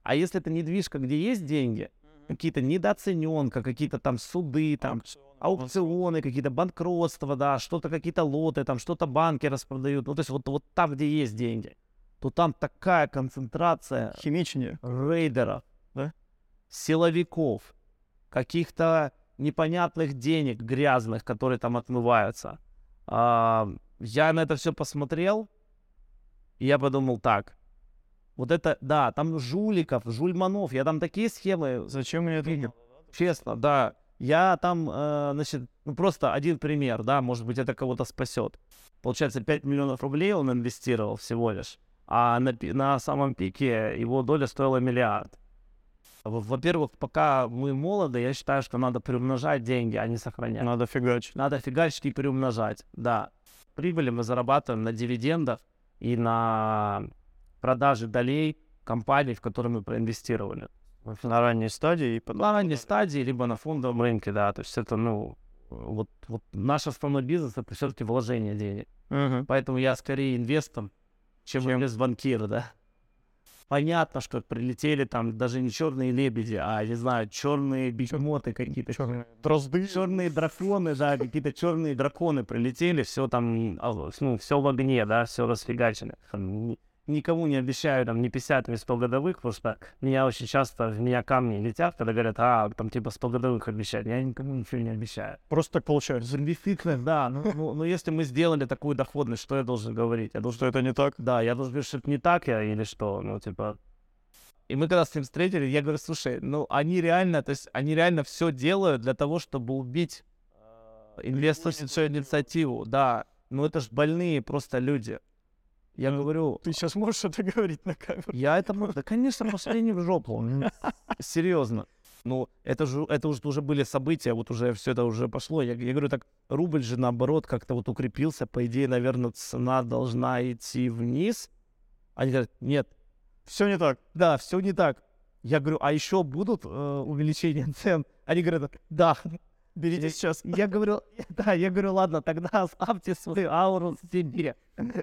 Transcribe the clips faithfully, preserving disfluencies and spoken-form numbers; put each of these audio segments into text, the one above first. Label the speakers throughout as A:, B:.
A: А если это недвижка, где есть деньги, какие-то недооцененка, какие-то там суды, там аукционы, какие-то банкротства, да, что-то, какие-то лоты, там что-то банки распродают. Ну, то есть вот, вот там, где есть деньги, то там такая концентрация
B: Химичнее.
A: рейдеров,
B: Да?
A: силовиков, каких-то непонятных денег грязных, которые там отмываются. А, я на это все посмотрел, и я подумал так. Вот это, да, там жуликов, жульманов, я там такие схемы...
B: Зачем мне это видел?
A: Честно, да. Я там, э, значит, ну просто один пример, да, может быть, это кого-то спасет. Получается, пять миллионов рублей он инвестировал всего лишь, а на, пи- на самом пике его доля стоила миллиард. Во- Во-первых, пока мы молоды, я считаю, что надо приумножать деньги, а не сохранять.
B: Надо фигачить.
A: Надо фигачить и приумножать, да. Прибыли мы зарабатываем на дивидендах и на продаже долей компаний, в которые мы проинвестировали.
B: На ранней стадии и потом...
A: На ранней стадии, либо на фондовом рынке, да. То есть это, ну, вот, вот наш основной бизнес — это все-таки вложение денег.
B: Мгм.
A: Поэтому я скорее инвестор, чем,
B: Чем?
A: инвестбанкир, да. Понятно, что прилетели там даже не черные лебеди, а, не знаю, черные бегемоты какие-то.
B: Чёрные дрозды.
A: Черные драконы, да, какие-то черные драконы прилетели, все там, а, ну, все в огне, да, все расфигачено. Там ни- Никому не обещаю там ни пятьдесят, ни сто годовых, потому что меня очень часто, в меня камни летят, когда говорят, а, там типа сто годовых обещают. Я никому ничего не обещаю.
B: Просто так получается.
A: Действительно, да, ну, ну, ну, если мы сделали такую доходность, что я должен говорить? Я должен,
B: Что это не так?
A: да, я должен говорить, что это не так я или что, ну, типа... И мы когда с ним встретились, я говорю, слушай, ну, они реально, то есть, они реально все делают для того, чтобы убить э, инвесторскую инициативу, да, ну, это ж больные просто люди. Я
B: Ну,
A: говорю,
B: Ты сейчас можешь это говорить на камеру?
A: я это, могу- да, конечно, пошли не в жопу, ну, серьезно. Ну, это же, это уже, уже были события, вот уже все это уже пошло. Я, я говорю, так, рубль же наоборот как-то вот укрепился, по идее, наверное, цена должна идти вниз. Они говорят, нет,
B: Все не так.
A: да, все не так. Я говорю, а еще будут э, увеличения цен? Они говорят, да.
B: Берите сейчас.
A: Я говорю, да, я говорю, ладно, тогда оставьте свою ауру себе.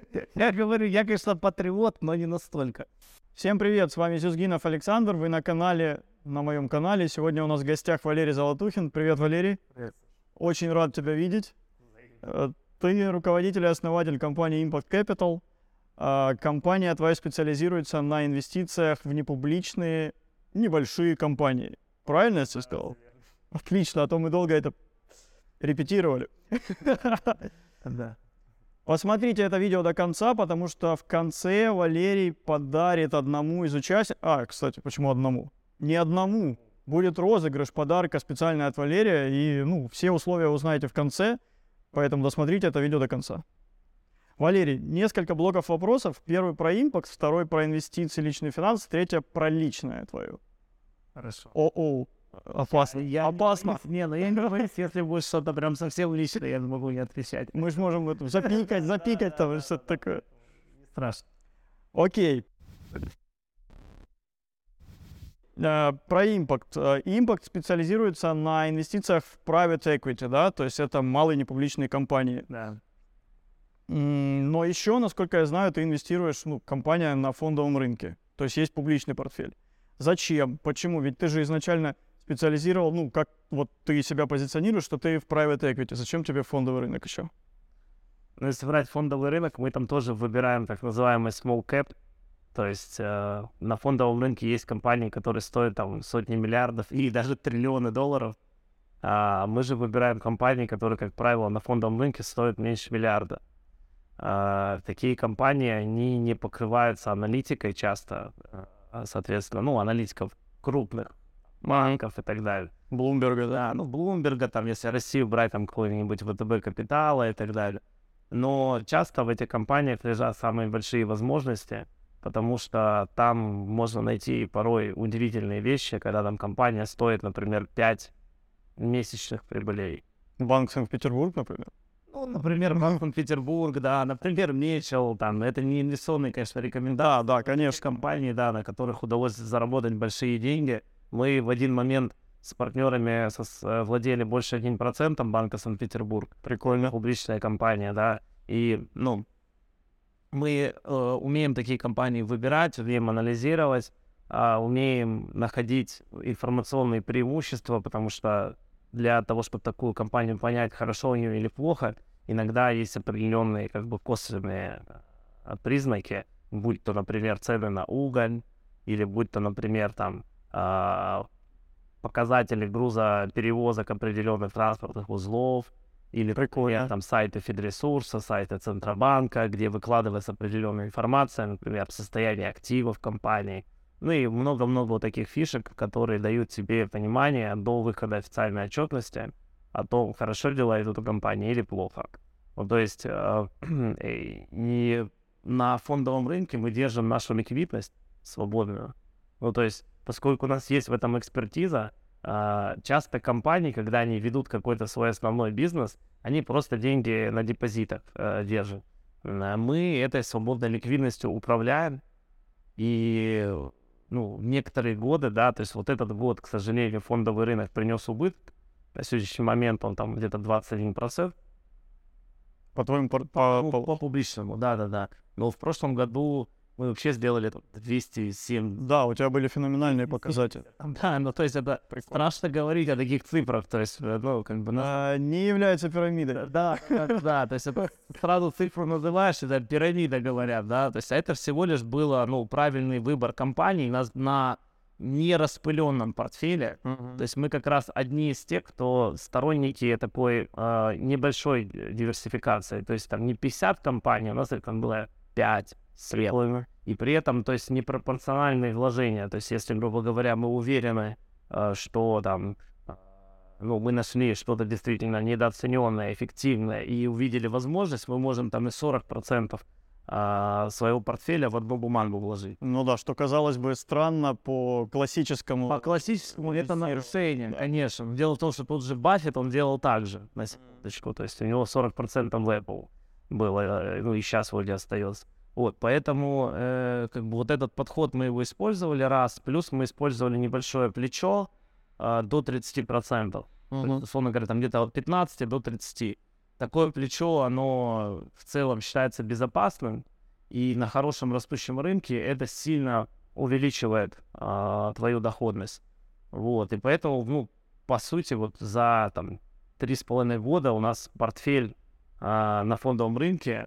A: Я говорю, я, конечно, патриот, но не настолько.
B: Всем привет, с вами Зюзгинов Александр, вы на канале, на моем канале. Сегодня у нас в гостях Валерий Золотухин. Привет, Валерий.
A: Привет.
B: Очень рад тебя видеть. Э, Ты руководитель и основатель компании Impact Capital. А, Компания твоя специализируется на инвестициях в непубличные небольшие компании. Правильно я все сказал? Отлично, а то мы долго это репетировали.
A: Да.
B: Посмотрите это видео до конца, потому что в конце Валерий подарит одному из участников... А, кстати, почему одному? Не одному. Будет розыгрыш подарка специальный от Валерия, и ну, все условия узнаете в конце, поэтому досмотрите это видео до конца. Валерий, несколько блоков вопросов. Первый про импакт, второй про инвестиции, личные финансы, третье про личное твое.
A: Хорошо.
B: О-о, опасно.
A: Я
B: Опасно.
A: Не, ну я не боюсь, если будет что-то прям совсем личное, я могу не отвечать.
B: Мы же можем это запикать, запикать там что-то такое.
A: Страшно.
B: Окей. Э, Про импакт. Импакт специализируется на инвестициях в private equity, да, то есть это малые непубличные компании.
A: Да.
B: М, Но еще, насколько я знаю, ты инвестируешь, ну, компания на фондовом рынке, то есть есть публичный портфель. Зачем? Почему? Ведь ты же изначально специализировал, ну, как вот ты себя позиционируешь, что ты в private equity. Зачем тебе фондовый рынок еще?
A: Ну, если брать фондовый рынок, мы там тоже выбираем так называемый small cap. То есть э, на фондовом рынке есть компании, которые стоят там сотни миллиардов или даже триллионы долларов. А мы же выбираем компании, которые, как правило, на фондовом рынке стоят меньше миллиарда. А, такие компании, они не покрываются аналитикой часто, а, соответственно, ну, аналитиков крупных банков и так далее.
B: Блумберга, да?
A: Да, ну, Блумберга, там, если Россию брать, там, какой-нибудь ВТБ Капитала и так далее. Но часто в этих компаниях лежат самые большие возможности, потому что там можно найти порой удивительные вещи, когда там компания стоит, например, пять месячных прибылей.
B: Банк Санкт-Петербург, например.
A: Ну, например, Банк Санкт-Петербург, да, например, Мечел, там, это не инвестиционные, конечно, рекомендации.
B: Да, да, конечно.
A: Компании, да, на которых удалось заработать большие деньги. Мы в один момент с партнерами со, с, э, владели больше одним процентом Банка Санкт-Петербург.
B: Прикольно.
A: Публичная компания, да. И, ну, мы э, умеем такие компании выбирать, умеем анализировать. а, умеем находить информационные преимущества, потому что для того, чтобы такую компанию понять, хорошо у нее или плохо, иногда есть определенные как бы косвенные а, признаки, будь то, например, цены на уголь, или будь то, например, там а, показатели грузоперевозок определенных транспортных узлов, или, например, там сайты Федресурса, сайты Центробанка, где выкладывается определенная информация, например, состояние активов компании. Ну и много-много вот таких фишек, которые дают тебе понимание до выхода официальной отчетности о том, хорошо дела идут у компании или плохо. Вот, то есть э, и на фондовом рынке мы держим нашу ликвидность свободную. Ну, то есть, поскольку у нас есть в этом экспертиза, э, часто компании, когда они ведут какой-то свой основной бизнес, они просто деньги на депозитах э, держат. Мы этой свободной ликвидностью управляем, и ну, некоторые годы, да, то есть вот этот год, к сожалению, фондовый рынок принес убыток. На сегодняшний момент он там где-то двадцать один процент.
B: По твоему по,
A: по,
B: по,
A: по, по публичному, да-да-да. Но в прошлом году мы вообще сделали двести семь.
B: Да, у тебя были феноменальные показатели.
A: Да, ну то есть это Прикольно. Страшно говорить о таких цифрах, то есть, ну, как бы...
B: А, не является пирамидой.
A: Да, да, то есть это сразу цифру называешь, это пирамида, говорят, да, то есть это всего лишь было, ну, правильный выбор компаний на, на нераспыленном портфеле, uh-huh. То есть мы как раз одни из тех, кто сторонники такой э, небольшой диверсификации, то есть там не пятьдесят компаний, у нас там было пять средств. И при этом, то есть, непропорциональные вложения. То есть, если, грубо говоря, мы уверены, э, что там, э, ну, мы нашли что-то действительно недооцененное, эффективное, и увидели возможность, мы можем там и сорок процентов э, своего портфеля в одну бумагу вложить.
B: Ну да, что казалось бы странно по классическому...
A: По классическому это нарушение, да. Конечно. Дело в том, что тот же Баффет, он делал так же, на секундочку. То есть, у него сорок процентов в Apple было, ну, и сейчас вроде остается. Вот, поэтому э, как бы вот этот подход мы его использовали раз, плюс мы использовали небольшое плечо э, до тридцати процентов. Uh-huh. Условно говоря, там где-то от пятнадцати до тридцати. Такое плечо, оно в целом считается безопасным, и на хорошем растущем рынке это сильно увеличивает э, твою доходность. Вот, и поэтому, ну, по сути, вот за там три с половиной года у нас портфель э, на фондовом рынке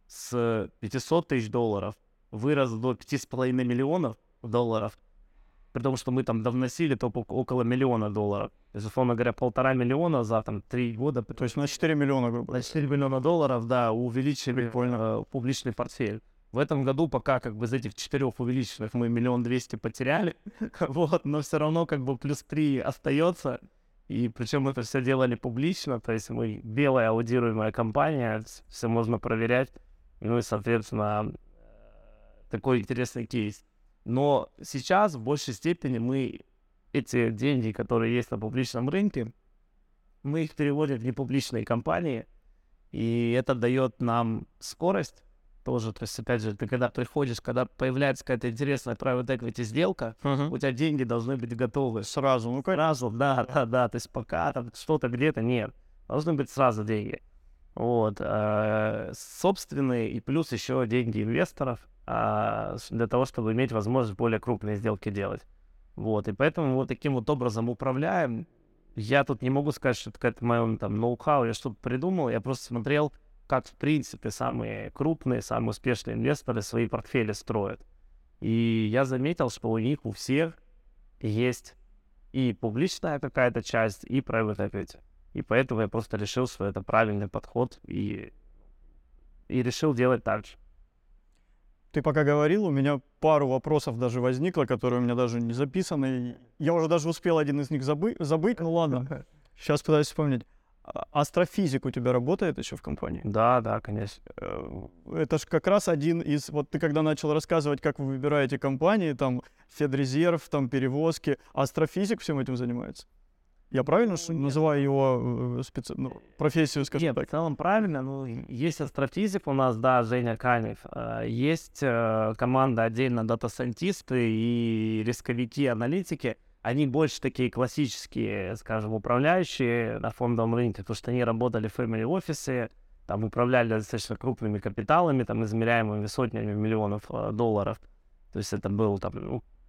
A: с пятисот тысяч долларов вырос до пяти с половиной миллионов долларов, при том, что мы там довносили только около миллиона долларов. То есть, условно говоря, полтора миллиона за там три года.
B: То есть на четыре миллиона, грубо говоря.
A: На четыре миллиона долларов, да, увеличили э, публичный портфель. В этом году пока как бы из этих четырех увеличенных мы миллион двести потеряли, вот, но все равно как бы плюс три остается. И причем мы это все делали публично, то есть мы белая аудируемая компания, все можно проверять. Ну и, соответственно, такой интересный кейс. Но сейчас в большей степени мы эти деньги, которые есть на публичном рынке, мы их переводим в непубличные компании, и это дает нам скорость тоже. То есть, опять же, ты когда приходишь, когда появляется какая-то интересная private equity сделка, uh-huh. у тебя деньги должны быть готовы.
B: Сразу, ну
A: сразу, да, да, да. То есть пока там что-то где-то нет, должны быть сразу деньги. Вот, э, собственные и плюс еще деньги инвесторов э, для того, чтобы иметь возможность более крупные сделки делать. Вот, и поэтому мы вот таким вот образом управляем. Я тут не могу сказать, что это какая-то моя там ноу-хау, я что-то придумал, я просто смотрел, как в принципе самые крупные, самые успешные инвесторы свои портфели строят. И я заметил, что у них у всех есть и публичная какая-то часть, и private equity. И поэтому я просто решил, что это правильный подход, и, и решил делать так же.
B: Ты пока говорил, у меня пару вопросов даже возникло, которые у меня даже не записаны. Я уже даже успел один из них забы- забыть. Ну ладно, сейчас пытаюсь вспомнить. Астрофизик у тебя работает еще в компании?
A: Да, да, конечно.
B: Это же как раз один из... Вот ты когда начал рассказывать, как вы выбираете компании, там, Федрезерв, там, перевозки, астрофизик всем этим занимается? Я правильно ну, называю его специ... ну, профессию, скажем
A: нет,
B: так?
A: В целом правильно. Ну, есть астрофизик у нас, да, Женя Канев. Есть э, команда отдельно дата-сайентисты и рисковики, аналитики. Они больше такие классические, скажем, управляющие на фондовом рынке, потому что они работали в family офисе, там управляли достаточно крупными капиталами, там измеряемыми сотнями миллионов э, долларов. То есть это был там, ну,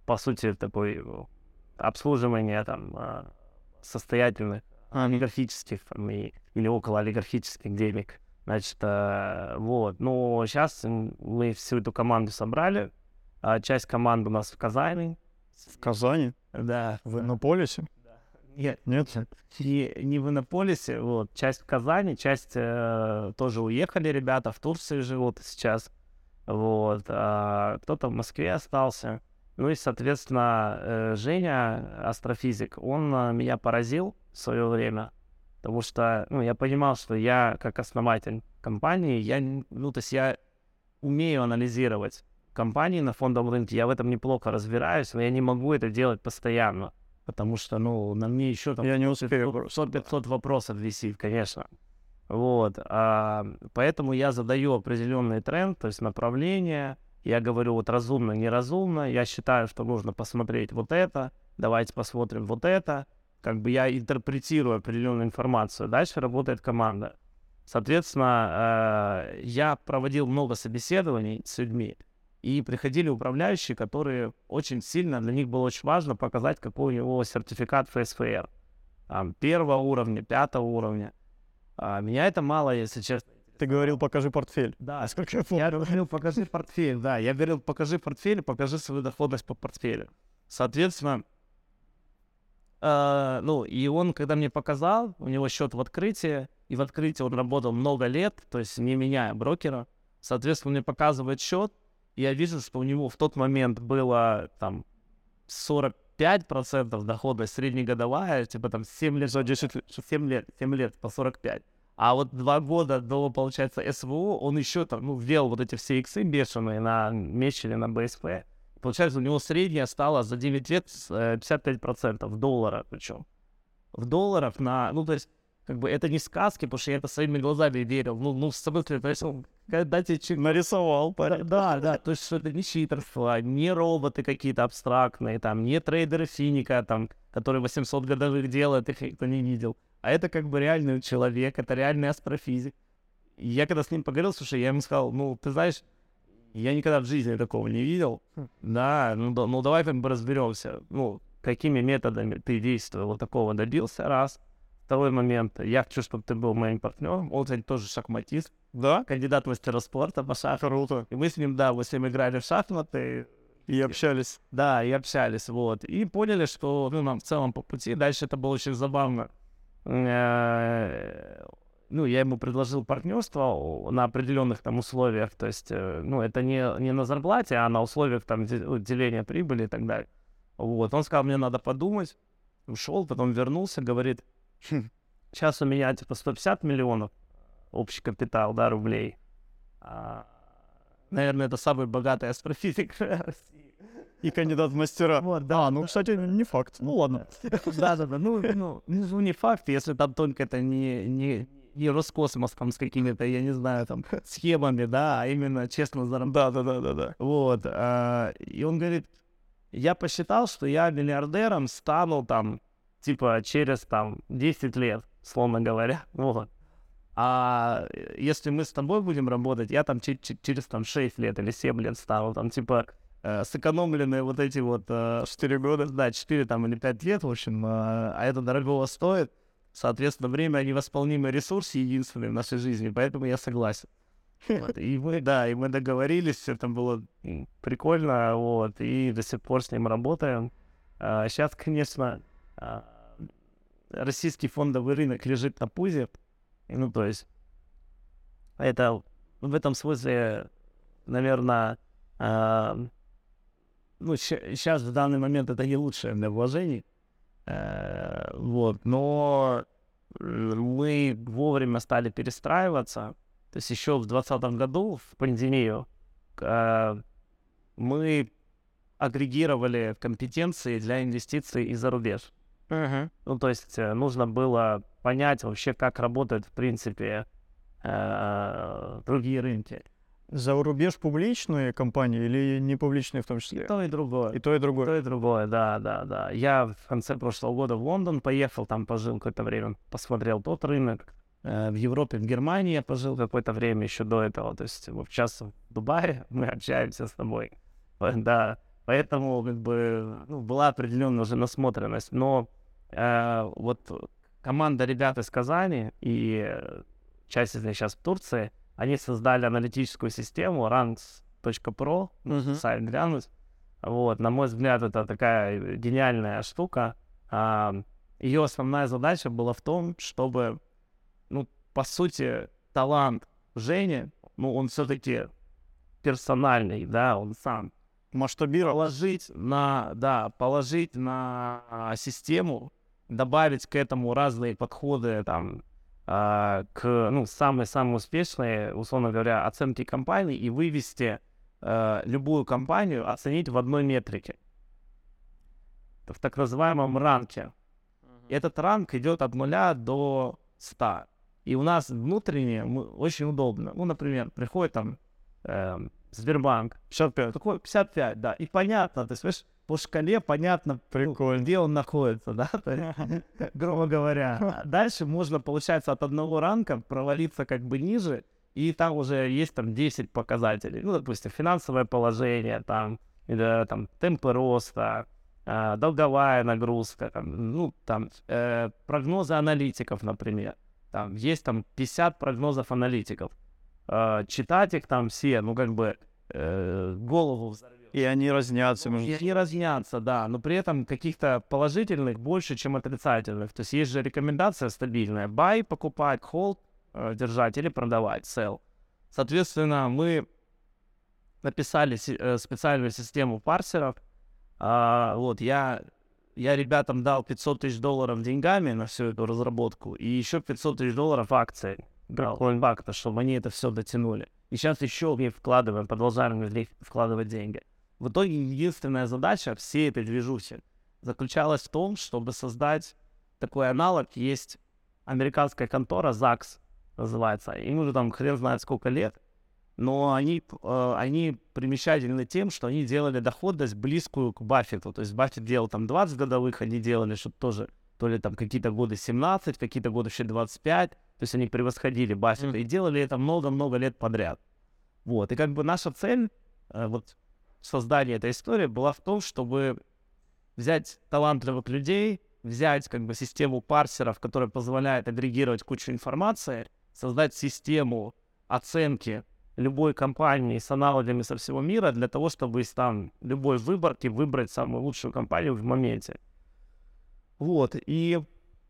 A: по сути, такой обслуживание там состоятельных олигархических там, и, или около олигархических денег. Значит, э, вот. Но сейчас мы всю эту команду собрали. А часть команды у нас в Казани.
B: В Казани?
A: Да.
B: В Иннополисе?
A: Нет,
B: Нет?
A: не, не в Иннополисе. Вот. Часть в Казани, часть э, тоже уехали ребята, в Турции живут сейчас. Вот. А кто-то в Москве остался. Ну и, соответственно, э, Женя, астрофизик, он э, меня поразил в свое время. Потому что, ну, я понимал, что я, как основатель компании, я, ну, то есть я умею анализировать компании на фондовом рынке, я в этом неплохо разбираюсь, но я не могу это делать постоянно, потому что, ну, на мне еще там
B: я не успею
A: сто-пятьсот вопросов висит, конечно. Вот, а, поэтому я задаю определенный тренд, то есть направление, я говорю вот разумно, неразумно, я считаю, что нужно посмотреть вот это, давайте посмотрим вот это, как бы я интерпретирую определенную информацию. Дальше работает команда. Соответственно, э, я проводил много собеседований с людьми, и приходили управляющие, которые очень сильно, для них было очень важно показать, какой у него сертификат эф эс эф эр. Там, первого уровня, пятого уровня. А меня это мало, если честно.
B: Ты говорил, покажи портфель.
A: Да, сколько я помню. Я говорил, покажи портфель, да. Я говорил, покажи портфель, покажи свою доходность по портфелю. Соответственно, Uh, ну, и он, когда мне показал, у него счет в открытии, и в открытии он работал много лет, то есть не меняя брокера, соответственно, он мне показывает счет, и я вижу, что у него в тот момент было там сорок пять процентов доходность среднегодовая, типа там семь лет,
B: за десять лет,
A: семь лет, семь лет по сорок пять. А вот два года до, получается, эс вэ о, он еще там, ну, ввел вот эти все иксы бешеные на Мечеле, на бэ эс пэ. Получается, у него средняя стала за девять лет пятьдесят пять процентов доллара, причем. В долларах на... Ну, то есть, как бы, это не сказки, потому что я это своими глазами верил. Ну, ну в смысле, то есть, он, когда тебе... Чик...
B: Нарисовал, парень.
A: Да, да, то есть, что это не читерство, не роботы какие-то абстрактные, там, не трейдеры финика, там, которые восемьсот годовых делают, их никто не видел. А это, как бы, реальный человек, это реальный астрофизик. И я когда с ним поговорил, слушай, я ему сказал, ну, ты знаешь... Я никогда в жизни такого не видел. Хм. Да, ну, да, ну давай как бы разберемся. Ну, какими методами ты действовал, вот такого добился, раз. Второй момент. Я хочу, чтобы ты был моим партнером. Он, кстати, тоже шахматист.
B: Да?
A: Кандидат в мастера спорта по шахматам.
B: Круто.
A: И мы с ним, да, мы с ним играли в шахматы.
B: И общались.
A: Да, и общались, вот. И поняли, что, ну, нам в целом по пути. Дальше это было очень забавно. Ну, я ему предложил партнерство на определенных там условиях, то есть, ну, это не, не на зарплате, а на условиях там деления прибыли и так далее. Вот, он сказал, мне надо подумать, ушел, потом вернулся, говорит, сейчас у меня типа сто пятьдесят миллионов общий капитал, да, рублей. А, наверное, это самый богатый астрофизик России.
B: И кандидат в мастера.
A: Вот, да,
B: а, ну, кстати, не факт. Ну, ладно.
A: Да-да-да, ну, ну, ну, не факт, если там только это не... не не Роскосмос там с какими-то, я не знаю, там, схемами, да, а именно честно зарабатывать.
B: Да-да-да-да-да.
A: Вот. А, и он говорит, я посчитал, что я миллиардером стану там, типа, через там десять лет, словно говоря. Вот. А если мы с тобой будем работать, я там ч- ч- через там шесть лет или семь лет стану, там, типа, э, сэкономленные вот эти вот... Э, четыре года, да, четыре там или пять лет, в общем, э, а это дорогого стоит. Соответственно, время — невосполнимый ресурс, единственный в нашей жизни, поэтому я согласен. Вот. И мы, да, и мы договорились, это было прикольно, вот, и до сих пор с ним работаем. А, сейчас, конечно, а, российский фондовый рынок лежит на пузе, ну, то есть, это в этом смысле, наверное, а, ну, сейчас в данный момент это не лучшее для вложений. Uh, вот, но мы вовремя стали перестраиваться. То есть еще в двадцатом году, в пандемию, uh, мы агрегировали компетенции для инвестиций и за рубеж.
B: Uh-huh.
A: Ну, то есть uh, нужно было понять вообще, как работают, в принципе, uh, другие рынки.
B: За рубеж публичные компании или не публичные в том числе?
A: И то, и другое.
B: И то, и другое.
A: И то, и другое, да, да, да. Я в конце прошлого года в Лондон поехал, там пожил какое-то время, посмотрел тот рынок. В Европе, в Германии я пожил какое-то время еще до этого. То есть вот сейчас в Дубае мы общаемся с тобой. Да, Поэтому как бы ну, была определенная уже насмотренность. Но э, вот команда ребят из Казани и часть из них сейчас в Турции, они создали аналитическую систему ranks точка про,
B: Мгм.
A: сайт глянуть. Вот, на мой взгляд, это такая гениальная штука. А, ее основная задача была в том, чтобы, ну, по сути, талант Жени, ну, он все-таки персональный, да, он сам.
B: Масштабировал.
A: Положить на, да, положить на а, систему, добавить к этому разные подходы, там, а, к, ну, самые-самые успешные, условно говоря, оценки компаний и вывести а, любую компанию, оценить в одной метрике, в так называемом ранке. Этот ранг идет от нуля до ста. И у нас внутренне мы, очень удобно. Ну, например, приходит там э, Сбербанк,
B: пятьдесят пять.
A: такой пятьдесят пять, да, и понятно, то есть, видишь, по шкале понятно, ну,
B: Прикольно.
A: где он находится, да, то есть, грубо говоря. А дальше можно, получается, от одного ранка провалиться как бы ниже, и там уже есть там десять показателей. Ну, допустим, финансовое положение, там, или, там темпы роста, э, долговая нагрузка, там, ну, там, э, прогнозы аналитиков, например. Там есть там пятьдесят прогнозов аналитиков. Э, читать их там все, ну, как бы, э, голову взорвет.
B: И они разнятся между
A: И они разнятся, да, но при этом каких-то положительных больше, чем отрицательных. То есть есть же рекомендация стабильная. Buy, покупать, hold, э, держать или продавать, sell. Соответственно, мы написали си- э, специальную систему парсеров. А, вот, я, я ребятам дал пятьсот тысяч долларов деньгами на всю эту разработку и еще пятьсот тысяч долларов акций. Coinback, чтобы они это все дотянули. И сейчас еще в них вкладываем, продолжаем в них вкладывать деньги. В итоге единственная задача всей этой движухи заключалась в том, чтобы создать такой аналог. Есть американская контора закс называется. Им уже там хрен знает сколько лет. Но они, э, они примечательны тем, что они делали доходность близкую к Баффету. То есть Баффет делал там двадцать годовых, они делали что-то тоже, то ли там какие-то годы семнадцать, какие-то годы вообще двадцать пять. То есть они превосходили Баффета
B: Mm.
A: и делали это много-много лет подряд. Вот. И как бы наша цель, э, вот создания этой истории была в том, чтобы взять талантливых людей, взять как бы систему парсеров, которая позволяет агрегировать кучу информации, создать систему оценки любой компании с аналогами со всего мира для того, чтобы из там любой выборки выбрать самую лучшую компанию в моменте. Вот, и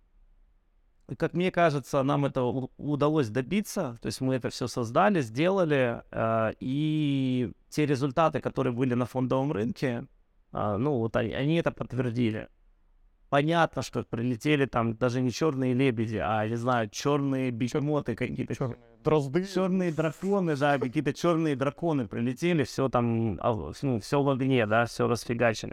A: как мне кажется, нам это у- удалось добиться, то есть мы это все создали, сделали, э, и те результаты, которые были на фондовом рынке, а, ну вот они, они это подтвердили. Понятно, что прилетели там даже не черные лебеди, а, не знаю, черные бегемоты какие-то.
B: дрозды.
A: Черные драконы, да, какие-то черные драконы прилетели, все там, а, ну, все в огне, да, все расфигачили.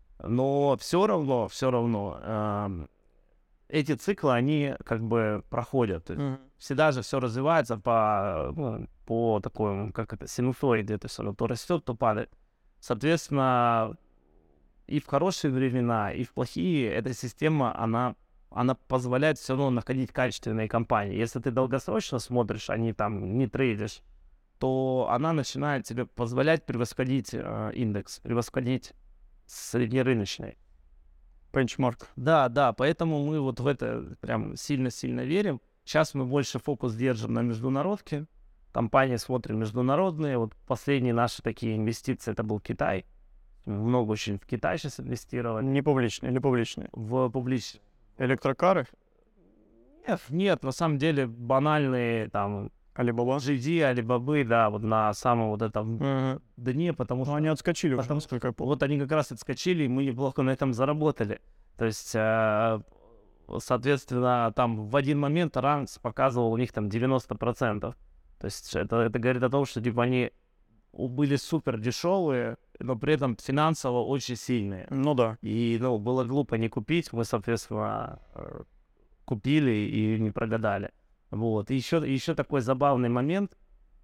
A: Но все равно, все равно, эм, эти циклы, они как бы проходят. То есть
B: Мгм.
A: всегда же все развивается по, ну, по такой, как это, синусоиде, то есть оно то растет, то падает. Соответственно, и в хорошие времена, и в плохие эта система, она, она позволяет все равно находить качественные компании. Если ты долгосрочно смотришь, а не там не трейдишь, то она начинает тебе позволять превосходить э, индекс, превосходить среднерыночный.
B: Бенчмарк.
A: Да, да, поэтому мы вот в это прям сильно-сильно верим. Сейчас мы больше фокус держим на международке. Компании смотрим международные. Вот последние наши такие инвестиции, это был Китай. Много очень в Китай сейчас инвестировали.
B: Не публичные или публичные?
A: В публичные.
B: Электрокары?
A: Нет, нет, на самом деле банальные там
B: Алибаба?
A: джи ди, Алибабы, да, вот на самом вот этом
B: Мгм.
A: дне, потому
B: Ну,
A: что
B: они отскочили уже,
A: потому
B: насколько я помню.
A: вот они как раз отскочили, и мы неплохо на этом заработали. То есть, э, соответственно, там в один момент Ранкс показывал у них там девяносто процентов. То есть это, это говорит о том, что типа они у- были супер дешевые, но при этом финансово очень сильные.
B: Ну да.
A: И, ну, было глупо не купить, мы, соответственно, э, купили и не прогадали. Вот. И еще, еще такой забавный момент.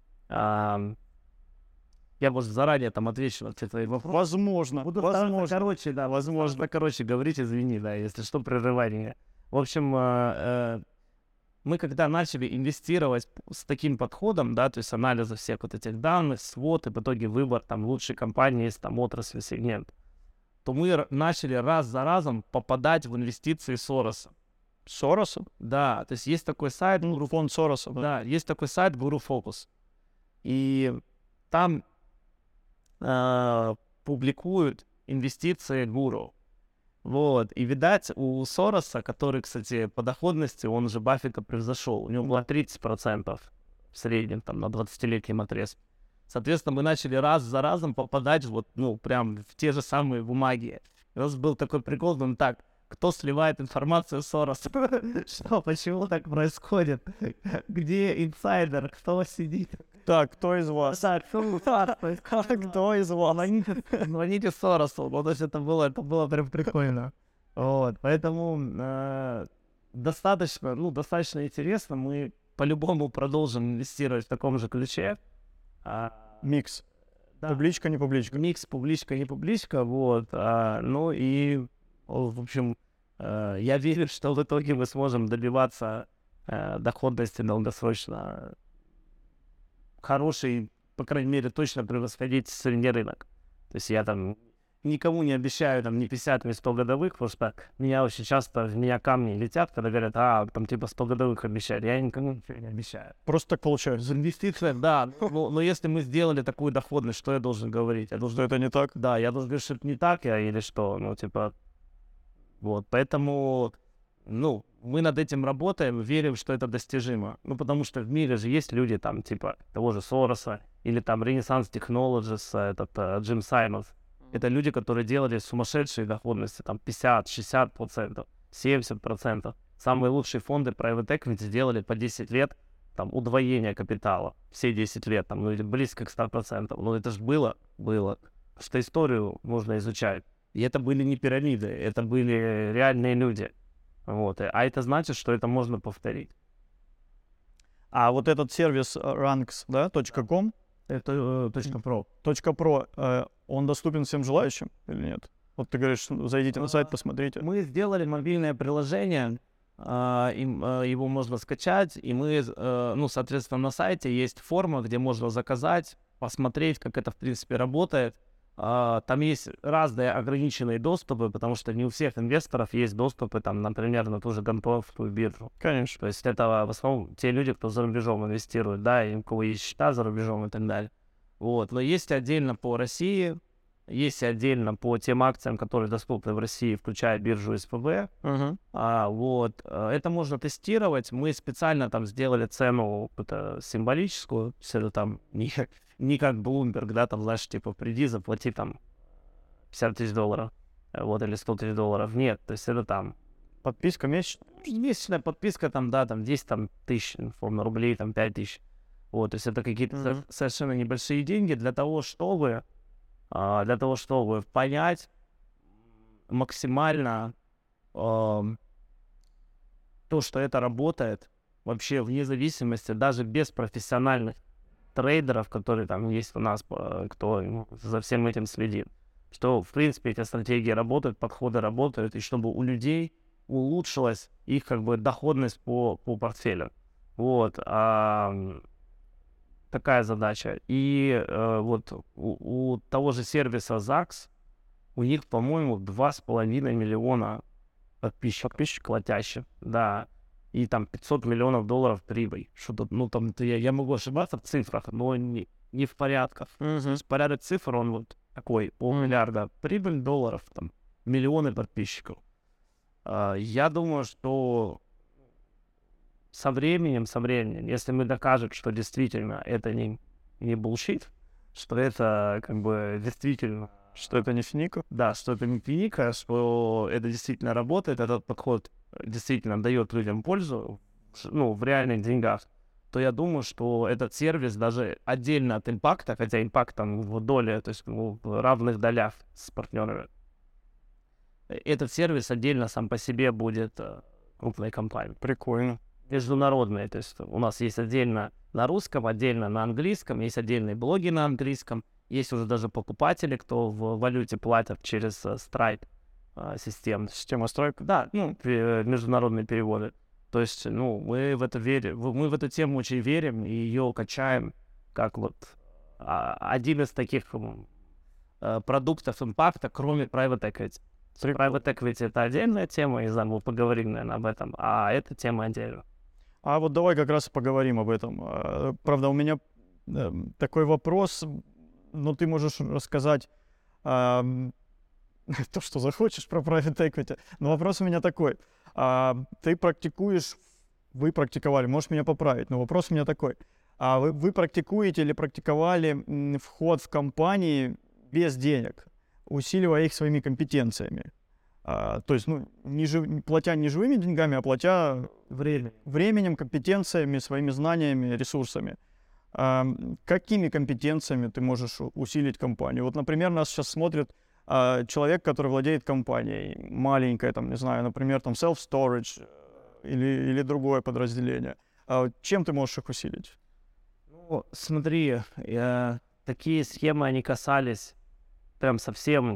A: Ам, я, может, заранее там отвечу на все твои вопросы.
B: Возможно.
A: Буду стараться,
B: Возможно.
A: короче, да, возможно, короче, говорить, извини, да, если что, прерывай меня. В общем, э, э, мы когда начали инвестировать с таким подходом, да, то есть анализа всех вот этих данных, свод, и в итоге выбор там лучшей компании, есть там отрасль, сегмент, то мы р- начали раз за разом попадать в инвестиции Сороса.
B: Сороса?
A: Да, то есть есть такой сайт,
B: Ну, фонд Сороса, да.
A: да, есть такой сайт Guru Focus. И там э, публикуют инвестиции гуру. Вот. И, видать, у Сороса, который, кстати, по доходности, он уже Баффета превзошел. У него было тридцать процентов в среднем, там, на двадцатилетнем отрезке. Соответственно, мы начали раз за разом попадать вот, ну, прям в те же самые бумаги. И у нас был такой прикол, ну, так, кто сливает информацию Сороса? Что, почему так происходит? Где инсайдер? Кто сидит?
B: Так, кто из вас?
A: Да, кто
B: Кто из вас?
A: Звоните, звоните Соросу. Ну, то есть это было, это было прям прикольно. Вот, поэтому э, достаточно, ну, достаточно интересно. Мы по-любому продолжим инвестировать в таком же ключе. А,
B: Микс.
A: да.
B: Публичка, не публичка.
A: Микс, публичка, не публичка, вот. А, ну и, в общем, э, я верю, что в итоге мы сможем добиваться э, доходности долгосрочно хороший, по крайней мере, точно превосходить средний рынок. То есть я там никому не обещаю там ни пятьдесят, ни сто годовых, потому что меня очень часто, в меня камни летят, когда говорят, а, там типа сто годовых обещают. Я никому ничего не обещаю.
B: Просто так получается.
A: За инвестиции, да, но, но если мы сделали такую доходность, что я должен говорить? Я должен,
B: Что это не так?
A: да, я должен говорить, что это не так, я, или что, ну, типа, вот, поэтому, ну, мы над этим работаем, верим, что это достижимо. Ну, потому что в мире же есть люди, там, типа, того же Сороса, или там Renaissance Technologies, этот uh, Джим Саймонс. Это люди, которые делали сумасшедшие доходности, там, пятьдесят-шестьдесят процентов, семьдесят процентов. Самые лучшие фонды Private Equity сделали по десять лет, там, удвоение капитала, все десять лет, там, ну, или близко к ста процентам. Ну, это же было, было. Что историю можно изучать. И это были не пирамиды, это были реальные люди. Вот. А это значит, что это можно повторить.
B: А вот этот сервис э, ranks, да, .com,
A: Это э, точка про.
B: .pro, э, он доступен всем желающим или нет? Вот ты говоришь, ну, зайдите на сайт, посмотрите.
A: Мы сделали мобильное приложение, а, им, а, его можно скачать, и мы, а, ну, соответственно, на сайте есть форма, где можно заказать, посмотреть, как это, в принципе, работает. А, там есть разные ограниченные доступы, потому что не у всех инвесторов есть доступы, там, например, на ту же гонконгскую биржу.
B: Конечно.
A: То есть это в основном те люди, кто за рубежом инвестирует, да, и у кого есть счета за рубежом и так далее. Вот. Но есть отдельно по России, есть отдельно по тем акциям, которые доступны в России, включая биржу эс пэ бэ.
B: Угу.
A: А, вот. Это можно тестировать. Мы специально там сделали цену это, символическую, все это там не, не как Bloomberg, да, там, знаешь, типа, приди, заплати там пятьдесят тысяч долларов, вот, или сто тысяч долларов. Нет, то есть это там
B: Подписка месячная?
A: месячная подписка, там, да, там десять там, тысяч, условно, рублей, там пять тысяч. Вот, то есть это какие-то
B: Мгм.
A: со- совершенно небольшие деньги для того, чтобы, а, для того, чтобы понять максимально ам, то, что это работает, вообще вне зависимости, даже без профессиональных трейдеров, которые там есть у нас, а, кто ну, за всем этим следит. Что, в принципе, эти стратегии работают, подходы работают, и чтобы у людей улучшилась их как бы доходность по, по портфелю. Вот. а, такая задача. И э, вот у, у того же сервиса закс, у них, по-моему, два с половиной миллиона подписчиков, подписчиков платящих, да. И там пятьсот миллионов долларов прибыль. Что-то, ну там, это я, я могу ошибаться в цифрах, но не, не в порядках. То есть порядок цифр, он вот такой, полмиллиарда прибыль долларов, там, миллионы подписчиков. А, я думаю, что со временем, со временем, если мы докажем, что действительно это не, не bullshit, что это как бы действительно,
B: Что это не финика?
A: да, что это не клиника, что это действительно работает, этот подход действительно дает людям пользу, ну, в реальных деньгах, то я думаю, что этот сервис даже отдельно от импакта, хотя импакт там в доле, то есть ну, в равных долях с партнерами, этот сервис отдельно сам по себе будет э, крупной компанией.
B: Прикольно.
A: Международные, то есть у нас есть отдельно на русском, отдельно на английском, есть отдельные блоги на английском, есть уже даже покупатели, кто в валюте платят через uh, Stripe uh, систему.
B: Система Stripe.
A: Да, ну, пе- международные переводы. То есть, ну, мы в это верим, в- мы в эту тему очень верим и ее качаем как вот а, один из таких м, э, продуктов импакта, кроме private equity. Private equity — это отдельная тема, не знаю, мы поговорим, наверное, об этом, а эта тема отдельно.
B: А вот давай как раз и поговорим об этом. А, Правда, у меня э, такой вопрос, но ты можешь рассказать а, м, то, что захочешь про private equity. Но вопрос у меня такой. А, Ты практикуешь, вы практиковали, можешь меня поправить, но вопрос у меня такой. А вы, вы практикуете или практиковали м, вход в компании без денег, усиливая их своими компетенциями? А, то есть, ну, не жив- не платя не живыми деньгами, а платя
A: Время.
B: временем, компетенциями, своими знаниями, ресурсами. А, м, какими компетенциями ты можешь у- усилить компанию? Вот, например, нас сейчас смотрит а, человек, который владеет компанией, маленькая, там, не знаю, например, там self-storage э, или, или другое подразделение. А вот чем ты можешь их усилить?
A: Ну, смотри, я- такие схемы, они касались прям совсем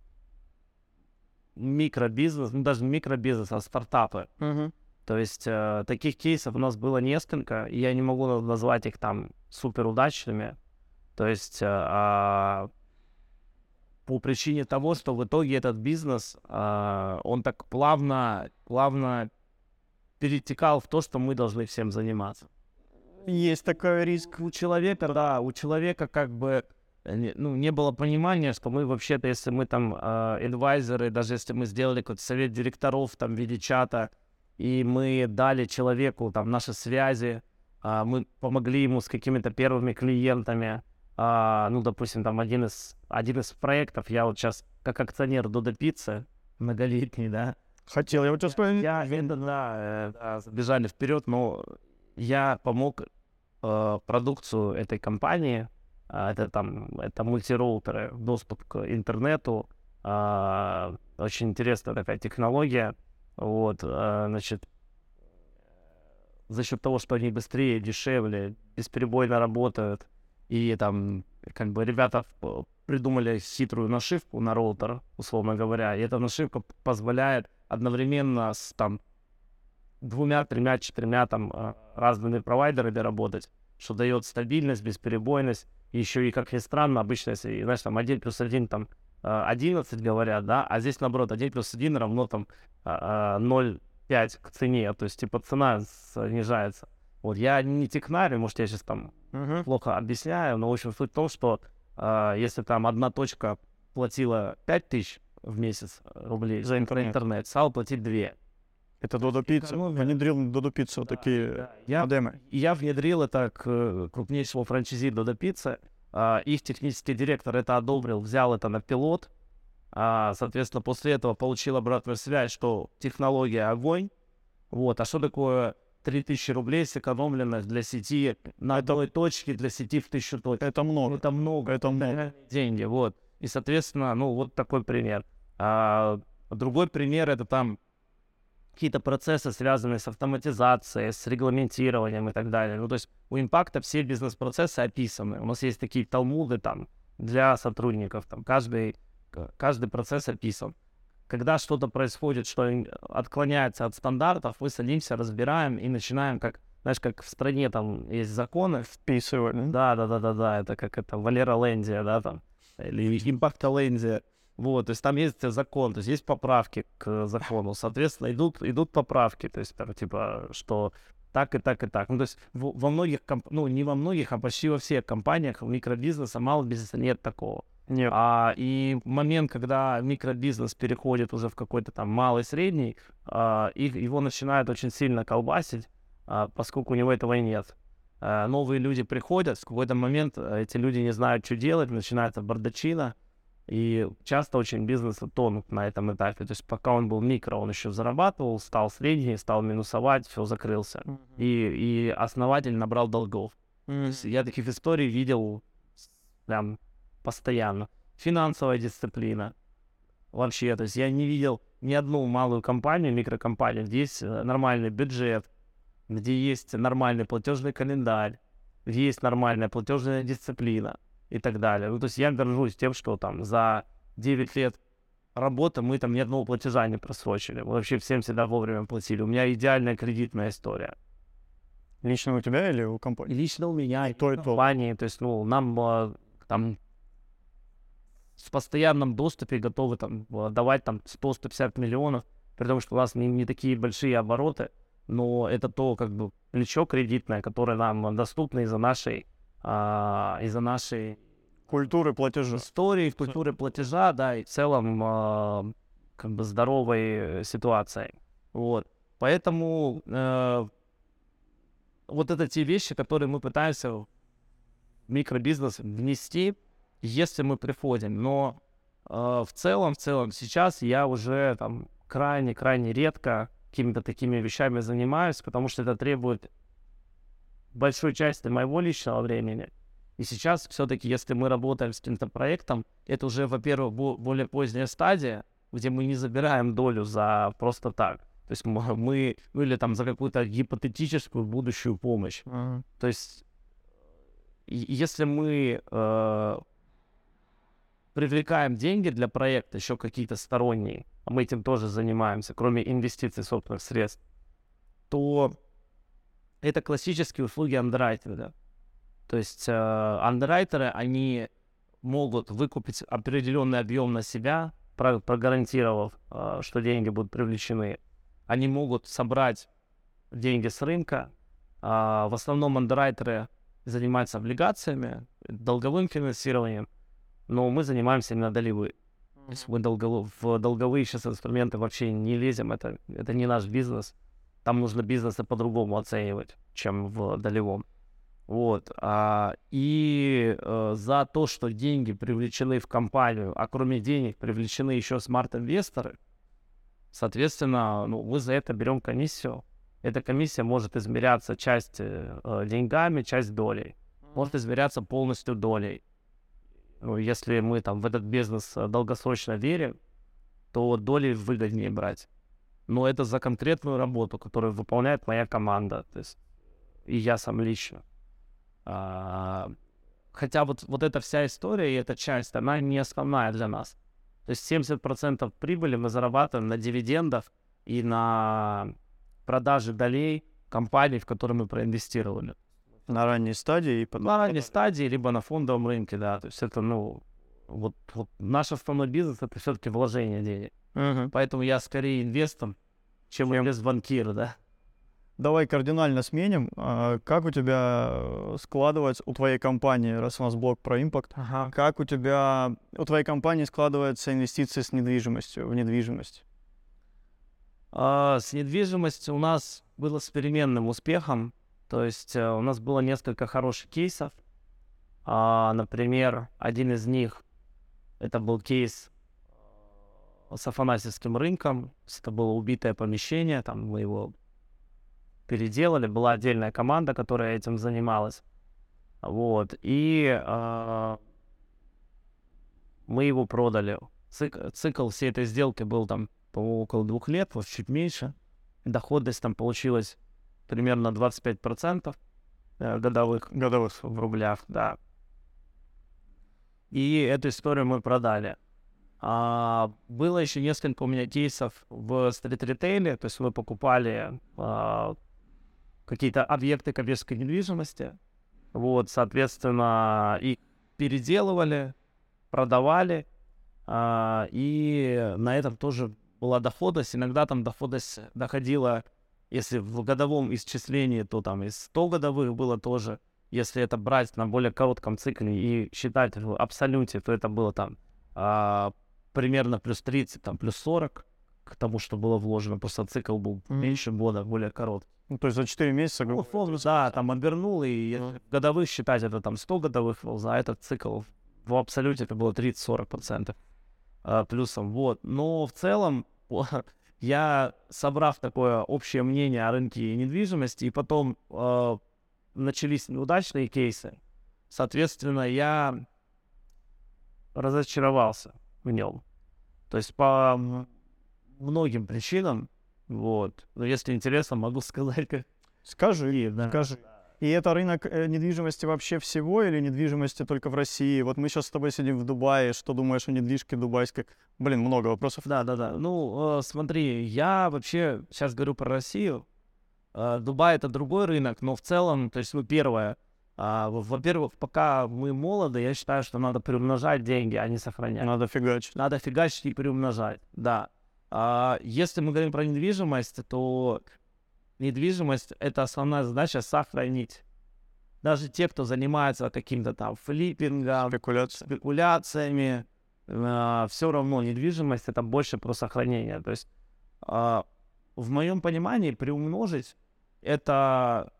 A: микробизнес, ну даже не микробизнес, а стартапы. То есть э, таких кейсов у нас было несколько, и я не могу на- назвать их там супер удачными. То есть э, а, по причине того, что в итоге этот бизнес, а, он так плавно, плавно перетекал в то, что мы должны всем заниматься.
B: Есть такой риск.
A: У человека, да, у человека как бы э, не- ну, не было понимания, что мы вообще-то, если мы там э, адвайзеры, даже если мы сделали какой-то совет директоров там в виде чата, и мы дали человеку там наши связи, а, мы помогли ему с какими-то первыми клиентами, а, ну, допустим, там один из, один из проектов, я вот сейчас как акционер Додо Пиццы, многолетний, да,
B: Хотел я вот сейчас спросить.
A: я, это, да, э, да, забежали вперед, но я помог э, продукцию этой компании, а, это там, это мультироутеры, доступ к интернету, а, очень интересная такая технология, вот, а, значит, за счет того, что они быстрее, дешевле, бесперебойно работают, и там, как бы, ребята п- придумали хитрую нашивку на роутер, условно говоря, и эта нашивка п- позволяет одновременно с там двумя, тремя, четырьмя там а, разными провайдерами работать, что дает стабильность, бесперебойность. И еще и, как ни странно, обычно, если, знаешь, там один плюс один там а, одиннадцать говорят, да, а здесь, наоборот, один плюс один равно там а, а, ноль целых пять к цене, то есть, типа, цена снижается. Вот, я не технарь, может, я сейчас там
B: Мгм.
A: плохо объясняю, но, в общем, суть в том, что а, если там одна точка платила пять тысяч в месяц э, рублей
B: За интернет.
A: интернет, стала платить две.
B: Это Додо Пицца.
A: экономия.
B: Внедрил Додо Пиццу вот такие
A: Да, я,
B: модемы.
A: я внедрил это к э, крупнейшему франчайзи Додо Пиццы. А, их технический директор это одобрил, взял это на пилот. А, соответственно, после этого получил обратную связь, что технология огонь. Вот. А что такое три тысячи рублей сэкономленных для сети на одной точке, для сети в тысячу точек?
B: Это много.
A: Это много,
B: Это много.
A: реальные деньги, вот. И, соответственно, ну, вот такой пример. А, другой пример — это там какие-то процессы, связанные с автоматизацией, с регламентированием и так далее. Ну, то есть у импакта все бизнес-процессы описаны. У нас есть такие талмуды там для сотрудников, там каждый, к- каждый процесс описан. Когда что-то происходит, что ин- отклоняется от стандартов, мы садимся, разбираем и начинаем, как, знаешь, как в стране там есть законы.
B: Вписывали.
A: Да, да, да, да, да, это как это Валера Лендия, да, там, или Импакта Лендия. Вот, то есть там есть закон, то есть есть поправки к закону, соответственно, идут, идут поправки, то есть там, типа, что так и так и так. Ну, то есть в- во многих, комп- ну, не во многих, а почти во всех компаниях микробизнеса, малого бизнеса нет такого.
B: Нет.
A: А, и момент, когда микробизнес переходит уже в какой-то там малый, средний, а, их, его начинают очень сильно колбасить, а, поскольку у него этого и нет. А, новые люди приходят, в какой-то момент э, эти люди не знают, что делать, начинается бардачина, и часто очень бизнесы тонут на этом этапе. То есть пока он был микро, он еще зарабатывал, стал средний, стал минусовать, все, закрылся. И, и основатель набрал долгов. То есть я таких историй видел с- прям постоянно. Финансовая дисциплина. Вообще, то есть я не видел ни одну малую компанию, микрокомпанию, где есть э, нормальный бюджет, где есть нормальный платежный календарь, где есть нормальная платежная дисциплина и так далее. Ну, то есть я горжусь тем, что там за девять лет работа, мы там ни одного платежа не просрочили. Мы вообще всем всегда вовремя платили. У меня идеальная кредитная история.
B: Лично у тебя или у
A: И
B: компании?
A: лично у меня, и
B: то, и
A: в
B: то.
A: компании. То есть, ну, нам а, там в постоянном доступе готовы там а, давать там сто сто пятьдесят миллионов, при том, что у нас не, не такие большие обороты, но это то, как бы, плечо кредитное, которое нам доступно из-за нашей, а, из-за нашей
B: Культуры платежа.
A: истории, культуры платежа, да, и в целом а, как бы здоровой э, ситуацией. Вот. Поэтому э, вот это те вещи, которые мы пытаемся в микробизнес внести, если мы приходим. Но э, в целом, в целом сейчас я уже там крайне-крайне редко какими-то такими вещами занимаюсь, потому что это требует большой части моего личного времени. И сейчас все-таки, если мы работаем с каким-то проектом, это уже, во-первых, бо- более поздняя стадия, где мы не забираем долю за просто так. То есть м- мы, ну или там за какую-то гипотетическую будущую помощь.
B: Ага.
A: То есть и- если мы э, привлекаем деньги для проекта, еще какие-то сторонние, а мы этим тоже занимаемся, кроме инвестиций собственных средств, то это классические услуги андеррайтинга. То есть э, андеррайтеры, они могут выкупить определенный объем на себя, про- прогарантировав, э, что деньги будут привлечены. Они могут собрать деньги с рынка. А, в основном андеррайтеры занимаются облигациями, долговым финансированием, но мы занимаемся именно долевым. То есть мы долго- в долговые сейчас инструменты вообще не лезем, это, это не наш бизнес. Там нужно бизнесы по-другому оценивать, чем в долевом. Вот. А, и э, за то, что деньги привлечены в компанию, а кроме денег привлечены еще смарт-инвесторы, соответственно, ну, мы за это берем комиссию. Эта комиссия может измеряться часть э, деньгами, часть долей. Может измеряться полностью долей. Ну, если мы там в этот бизнес э, долгосрочно верим, то доли выгоднее брать. Но это за конкретную работу, которую выполняет моя команда, то есть и я сам лично. А, хотя вот, вот эта вся история и эта часть, она не основная для нас. То есть семьдесят процентов прибыли мы зарабатываем на дивидендах и на продаже долей компаний, в которые мы проинвестировали.
B: На ранней стадии и потом...
A: На ранней стадии, либо на фондовом рынке, да. То есть это, ну, вот, вот наш основной бизнес — это все-таки вложение денег.
B: Мгм.
A: Поэтому я скорее инвестор, чем
B: Чем-
A: инвестбанкир, да.
B: Давай кардинально сменим. А, Как у тебя э, складывается, у твоей компании, раз у нас блог про импакт,
A: Ага.
B: как у тебя, у твоей компании складываются инвестиции с недвижимостью, в недвижимость?
A: А, с недвижимостью у нас было с переменным успехом. То есть э, у нас было несколько хороших кейсов. А, например, один из них — это был кейс э, с Афанасьевским рынком. То есть это было убитое помещение, там мы его переделали. Была отдельная команда, которая этим занималась. Вот. И а, мы его продали. Цик- цикл всей этой сделки был там, по-моему, около двух лет, вот чуть меньше. Доходность там получилась примерно двадцать пять процентов э, годовых,
B: Годовых.
A: в рублях, да. И эту историю мы продали. А, было еще несколько у меня кейсов в стрит-ритейле, то есть мы покупали а, какие-то объекты коммерческой недвижимости, вот, соответственно, их переделывали, продавали, а, и на этом тоже была доходность. Иногда там доходность доходила, если в годовом исчислении, то там из ста годовых было тоже. Если это брать на более коротком цикле и считать в абсолюте, то это было там а, примерно плюс тридцать, там плюс сорок к тому, что было вложено. Просто цикл был
B: Мгм.
A: меньше года, более короткий.
B: Ну, то есть за четыре месяца...
A: Ну,
B: грубо
A: условно, да, там обернул, и если
B: Мгм.
A: в годовых считать, это там сто годовых, был, за этот цикл в абсолюте это было тридцать-сорок процентов а, плюсом, вот. Но в целом я, собрав такое общее мнение о рынке недвижимости, и потом а, начались неудачные кейсы, соответственно, я разочаровался в нем. То есть по м- многим причинам, вот. Но если интересно, могу сказать, как
B: Скажи,
A: какие, да.
B: скажи. И это рынок э, недвижимости вообще всего или недвижимости только в России? Вот мы сейчас с тобой сидим в Дубае, что думаешь о недвижке дубайской? Блин, много вопросов.
A: Да, да, да. Ну, э, смотри, я вообще сейчас говорю про Россию. Э, Дубай это другой рынок, но в целом, то есть, ну, первое, а, во- во-первых, пока мы молоды, я считаю, что надо приумножать деньги, а не сохранять.
B: Надо фигачить.
A: Надо фигачить и приумножать, да. А, если мы говорим про недвижимость, то недвижимость — это основная задача — сохранить. Даже те, кто занимается каким-то там флиппингом,
B: Спекуляция.
A: спекуляциями, все равно недвижимость — это больше про сохранение. То есть а, в моем понимании приумножить — это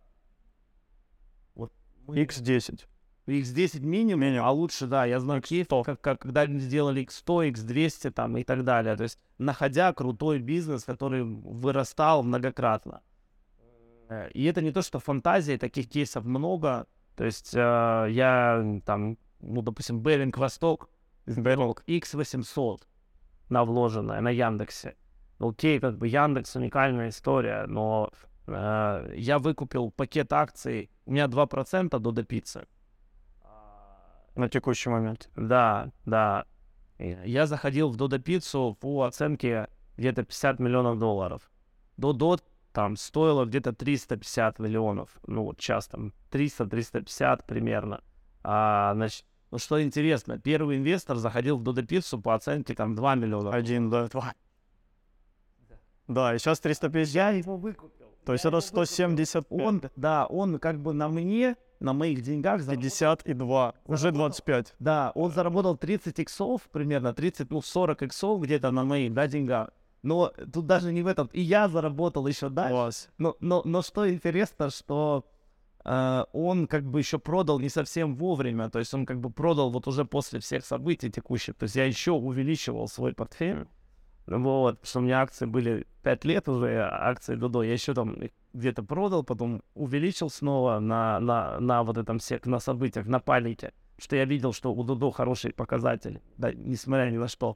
A: вот мы-
B: икс десять.
A: икс десять минимум,
B: Минимум.
A: а лучше, да, я знаю кейс, как, как когда они сделали икс сто, икс двести там и так далее. То есть находя крутой бизнес, который вырастал многократно. Э, И это не то, что фантазия, таких кейсов много. То есть э, я м, там, ну, допустим, Беринг Восток, сделал икс восемьсот на вложенное, на Яндексе. Ну, окей, как бы Яндекс уникальная история, но э, я выкупил пакет акций, у меня два процента до Допицы.
B: На текущий момент.
A: Да, да. И Я заходил в Додо Пиццу по оценке где-то пятьдесят миллионов долларов. Додо там стоило где-то триста пятьдесят миллионов. Ну, вот сейчас там триста триста пятьдесят примерно. А, значит, ну, что интересно, первый инвестор заходил в Додо Пиццу по оценке там два миллиона.
B: Один, да.
A: Два.
B: Да, и сейчас триста пятьдесят.
A: Я его выкупил.
B: То есть
A: Я
B: это
A: его
B: сто семьдесят пять.
A: Он, да, он как бы на мне, на моих деньгах заработал.
B: пятьдесят и два. Уже
A: Заработал.
B: двадцать пять.
A: Да, он заработал тридцать иксов, примерно тридцать, ну, сорок иксов где-то на моих, да, деньгах. Но тут даже не в этом. И я заработал еще дальше.
B: Класс.
A: Но, но, но что интересно, что э, он как бы еще продал не совсем вовремя. То есть он как бы продал вот уже после всех событий текущих. То есть я еще увеличивал свой портфель. Вот, потому что у меня акции были пять лет уже, акции Додо. Я еще там их где-то продал, потом увеличил снова на, на, на вот этом всех, на событиях, на панике. Что я видел, что у Додо хороший показатель, да, несмотря ни на что.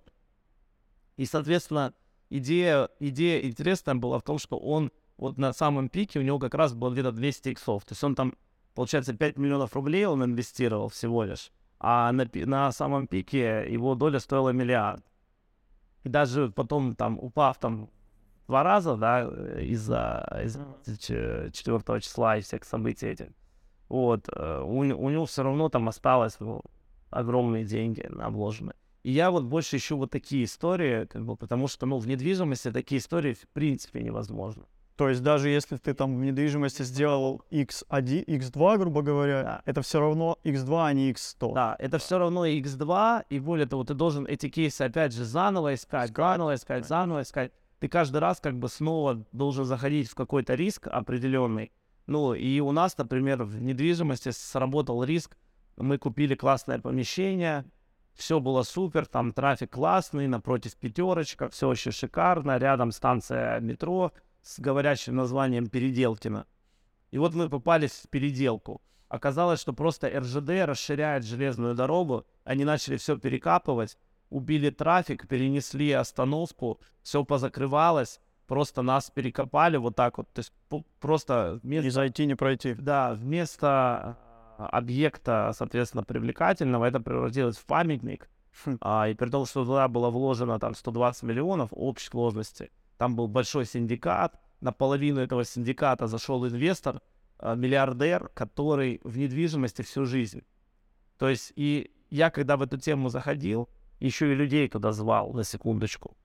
A: И, соответственно, идея, идея интересная была в том, что он вот на самом пике, у него как раз было где-то двести иксов. То есть он там, получается, пять миллионов рублей он инвестировал всего лишь, а на, пи- на самом пике его доля стоила миллиард. И даже потом, там, упав там два раза, да, э, из-за из четвёртого числа и всех событий этих, вот, э, у, не- у него все равно там осталось, ну, огромные деньги обложены. И я вот больше ищу вот такие истории, как бы, потому что, ну, в недвижимости такие истории в принципе невозможно.
B: То есть даже если ты там в недвижимости сделал икс один, икс два, грубо говоря,
A: Да.
B: это все равно икс два, а не икс сто.
A: Да, это все равно икс два, и более того, ты должен эти кейсы опять же заново искать, заново искать, заново искать. Ты каждый раз как бы снова должен заходить в какой-то риск определенный. Ну, и у нас, например, в недвижимости сработал риск. Мы купили классное помещение, все было супер, там трафик классный, напротив пятерочка, все очень шикарно, рядом станция метро с говорящим названием Переделкино. И вот мы попали в переделку. Оказалось, что просто эр жэ дэ расширяет железную дорогу, они начали все перекапывать, убили трафик, перенесли остановку, все позакрывалось, просто нас перекопали вот так вот, то есть п- просто
B: Не
A: вместо,
B: зайти, не пройти.
A: да, вместо а, объекта, соответственно, привлекательного, это превратилось в памятник.
B: Хм.
A: А, и при том, что туда было вложено там сто двадцать миллионов общей сложности, там был большой синдикат, на половину этого синдиката зашел инвестор, а, миллиардер, который в недвижимости всю жизнь. То есть и я, когда в эту тему заходил, еще и людей туда звал, на секундочку,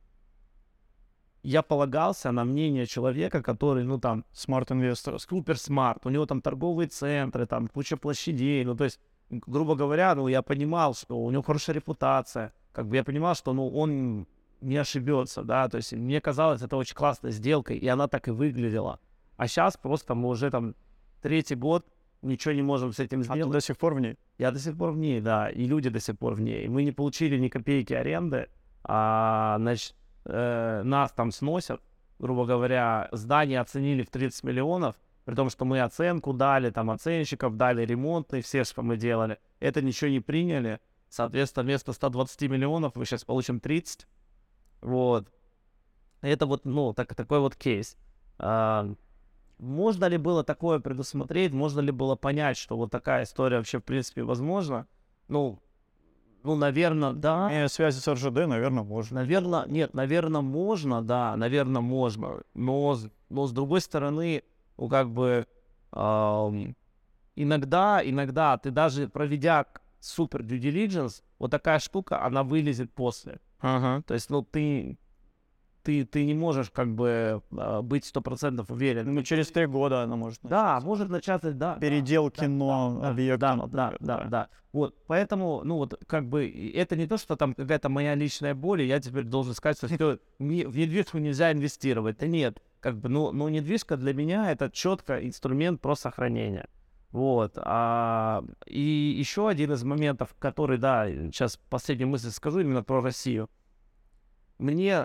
A: я полагался на мнение человека, который, ну там,
B: Смарт-инвестор.
A: супер смарт, у него там торговые центры, там куча площадей, ну то есть, г- грубо говоря, ну я понимал, что у него хорошая репутация, как бы я понимал, что, ну, он не ошибется, да, то есть мне казалось, это очень классной сделкой, и она так и выглядела. А сейчас просто мы уже там третий год ничего не можем с этим
B: А ты
A: сделать.
B: до сих пор в ней?
A: Я до сих пор в ней, да, и люди до сих пор в ней. Мы не получили ни копейки аренды, а, значит, э, нас там сносят, грубо говоря, здание оценили в тридцать миллионов, при том, что мы оценку дали, там оценщиков дали, ремонтные, все, что мы делали. Это ничего не приняли. Соответственно, вместо ста двадцати миллионов мы сейчас получим тридцать. Вот. Это вот, ну, так, такой вот кейс. А, можно ли было такое предусмотреть, можно ли было понять, что вот такая история вообще в принципе возможна? Ну, ну, наверное, да.
B: Имея связи с эр жэ дэ, наверное, можно.
A: Наверное, нет, наверное, можно, да, наверное, можно. Но, с- но с другой стороны, ну, как бы, ам, иногда, иногда ты даже проведя к- супер due diligence, вот такая штука, она вылезет после.
B: Ага.
A: То есть, ну, ты, ты, ты не можешь, как бы, а, быть сто процентов уверен.
B: Ну, через три года она может.
A: Да, может начаться, да. да,
B: Передел
A: да,
B: кино
A: да,
B: объекта,
A: да,
B: например,
A: да, да,
B: да.
A: да. Вот, поэтому, ну вот, как бы, и это не то, что там какая-то моя личная боль, и я теперь должен сказать, что всё, не- в недвижку нельзя инвестировать. Да нет, как бы, ну, ну недвижка для меня это четко инструмент про сохранение. Вот. А, и еще один из моментов, который, да, сейчас последнюю мысль скажу именно про Россию. Мне,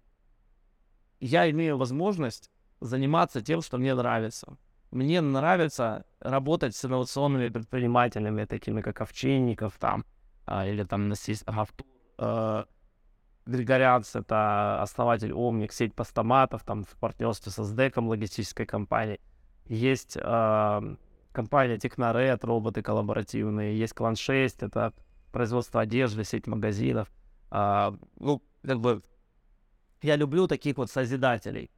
A: я имею возможность заниматься тем, что мне нравится. Мне нравится работать с инновационными предпринимателями, такими как Овчинников там, а, или там Насис Гафтур. Э, Григорянц — это основатель Омник, сеть постаматов, там в партнерстве со СДЭКом, логистической компанией. Есть а, компания Техноред, роботы коллаборативные. Есть Клан шесть, это производство одежды, сеть магазинов. А, ну, как бы, я люблю таких вот созидателей.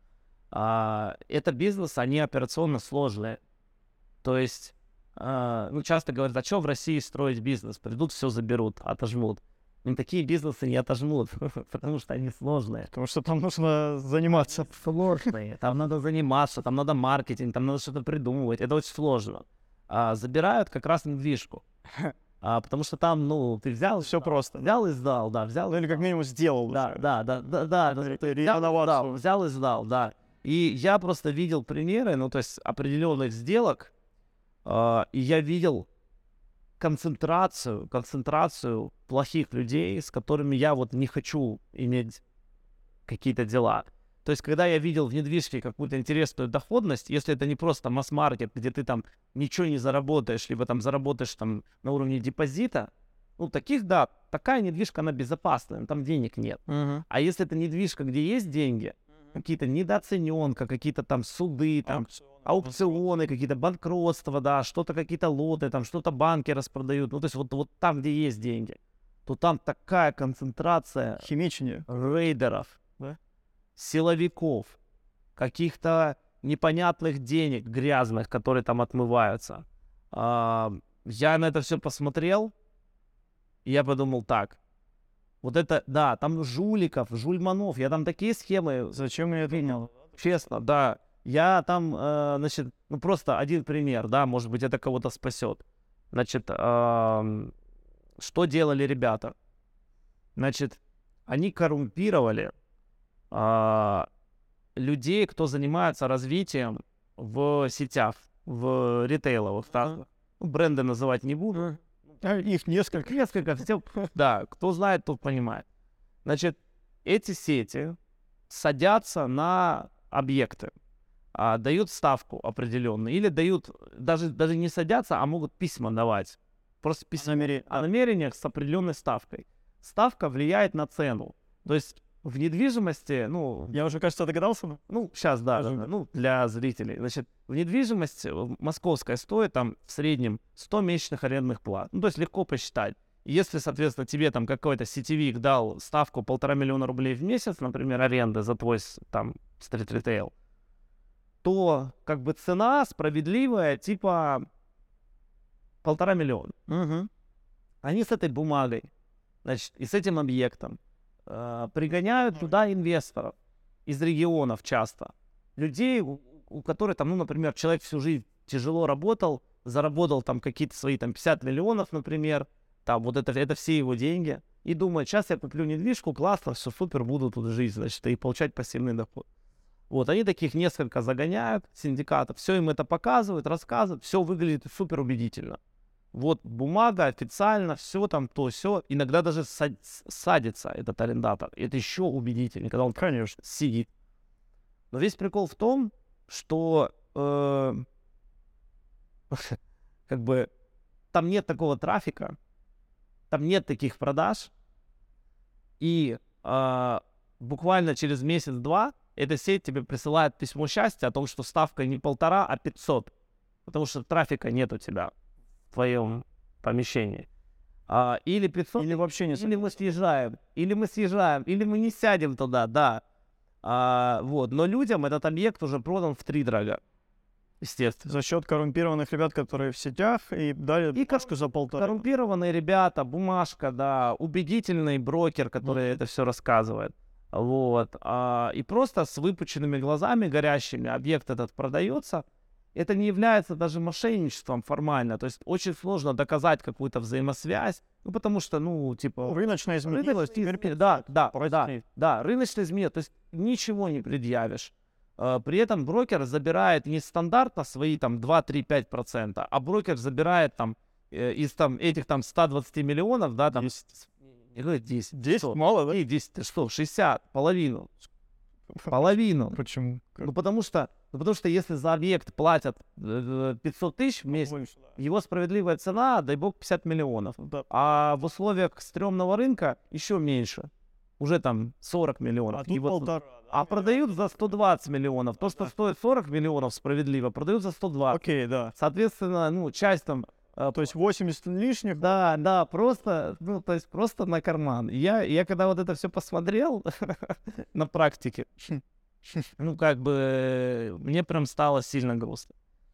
A: А, это бизнес, они операционно сложные. То есть, а, ну, часто говорят, а что в России строить бизнес? Придут, все заберут, отожмут. Ну, такие бизнесы не отожмут, потому что они сложные.
B: Потому что там нужно заниматься.
A: Сложные. Там надо заниматься, там надо маркетинг, там надо что-то придумывать. Это очень сложно. А, забирают как раз недвижку. А, потому что там, ну, ты взял,
B: Все просто.
A: взял и сдал, да, взял.
B: Ну или как минимум сделал.
A: Да,
B: уже.
A: да, да, да, да.
B: Ну,
A: да,
B: это
A: ты взял, и
B: реновацию.
A: сдал, взял и сдал, да. И я просто видел примеры, ну, то есть определенных сделок, а, и я видел концентрацию, концентрацию плохих людей, с которыми я вот не хочу иметь какие-то дела. То есть, когда я видел в недвижке какую-то интересную доходность, если это не просто масс-маркет, где ты там ничего не заработаешь, либо там заработаешь там на уровне депозита, ну, таких, да, такая недвижка, она безопасная, там денег нет.
B: Мгм.
A: А если это недвижка, где есть деньги, какие-то недооцененка, какие-то там суды, там аукционы, какие-то банкротства, да, что-то, какие-то лоты, там что-то банки распродают, ну, то есть вот, вот там, где есть деньги, то там такая концентрация
B: Химичнее.
A: рейдеров,
B: Да?
A: силовиков, каких-то непонятных денег грязных, которые там отмываются. А, я на это все посмотрел, и я подумал так, вот это, да, там жуликов, жульманов, я там такие схемы,
B: Зачем я это принял?
A: честно, да, я там, э, значит, ну просто один пример, да, может быть, это кого-то спасет. Значит, ам, что делали ребята? Значит, они коррумпировали а, людей, кто занимается развитием в сетях, в ритейловых. Да? Ну, бренды называть не буду.
B: А, Их несколько.
A: Несколько, все, да, кто знает, тот понимает. Значит, эти сети садятся на объекты, а, дают ставку определенную, или дают, даже, даже не садятся, а могут письма давать. Просто письма
B: Намерение.
A: о намерениях с определенной ставкой. Ставка влияет на цену. То есть в недвижимости, ну,
B: Я уже, кажется, догадался. но-
A: ну, сейчас, да, да,
B: Скажи.
A: да, ну, для зрителей. Значит, в недвижимость э, московская стоит там в среднем сто месячных арендных плат. Ну, то есть легко посчитать. И если, соответственно, тебе там какой-то сетевик дал ставку полтора миллиона рублей в месяц, например, аренды за твой с- там стрит-ритейл, то как бы цена справедливая, типа полтора миллиона.
B: Мгм.
A: Они с этой бумагой, значит, и с этим объектом э, пригоняют туда инвесторов из регионов часто. Людей, у, у которых там, ну, например, человек всю жизнь тяжело работал, заработал там какие-то свои там пятьдесят миллионов, например, там вот это, это все его деньги, и думает, сейчас я куплю недвижку, классно, все супер, буду тут жить, значит, и получать пассивный доход. Вот, они таких несколько загоняют, синдикатов, все им это показывают, рассказывают, все выглядит супер убедительно. Вот бумага официально, все там, то, все. Иногда даже сад- садится этот арендатор. Это еще убедительнее, когда он
B: Конечно.
A: сидит. Но весь прикол в том, что э, как бы там нет такого трафика, там нет таких продаж, и э, буквально через месяц-два эта сеть тебе присылает письмо счастья о том, что ставка не полтора, а пятьсот, потому что трафика нет у тебя в твоем помещении. А, или пятьсот,
B: Или вообще не
A: или мы съезжаем, или мы съезжаем, или мы не сядем туда, да. А, вот. Но людям этот объект уже продан втридорога, естественно.
B: За счет коррумпированных ребят, которые в сетях, и дали
A: И
B: бумажку за полтора.
A: Коррумпированные ребята, бумажка, да, убедительный брокер, который
B: Мгм.
A: это все рассказывает. Вот. А, и просто с выпученными глазами, горящими, объект этот продается. Это не является даже мошенничеством формально. То есть очень сложно доказать какую-то взаимосвязь. Ну, потому что, ну, типа...
B: Рыночная изменилась,
A: Рыночные
B: теперь
A: изме- Да, да, да,
B: прости.
A: да, рыночные изменения. То есть ничего не предъявишь. Э, При этом брокер забирает не стандартно свои там два, три, пять процентов, а брокер забирает там э, из там этих там ста двадцати миллионов, да, там...
B: десять.
A: Не говорю десять.
B: десять
A: что?
B: мало, да?
A: И десять, ты что, шестьдесят, половину. Половину.
B: Почему? Как
A: Ну, потому что, ну, потому что если за объект платят э, пятьсот тысяч в месяц,
B: больше, да.
A: его справедливая цена, дай бог, пятьдесят миллионов.
B: Да.
A: А в условиях стрёмного рынка еще меньше. Уже там сорок миллионов.
B: А тут
A: И вот-
B: полтора. да?
A: а продают за сто двадцать миллионов. То, что
B: Да.
A: стоит сорок миллионов справедливо, продают за сто двадцать.
B: Окей, да.
A: Соответственно, ну, часть там... э,
B: То есть восемьдесят лишних.
A: Да, да, просто, ну, то есть просто на карман. И Я, я когда вот это все посмотрел на практике, ну, как бы, э, мне прям стало сильно грустно.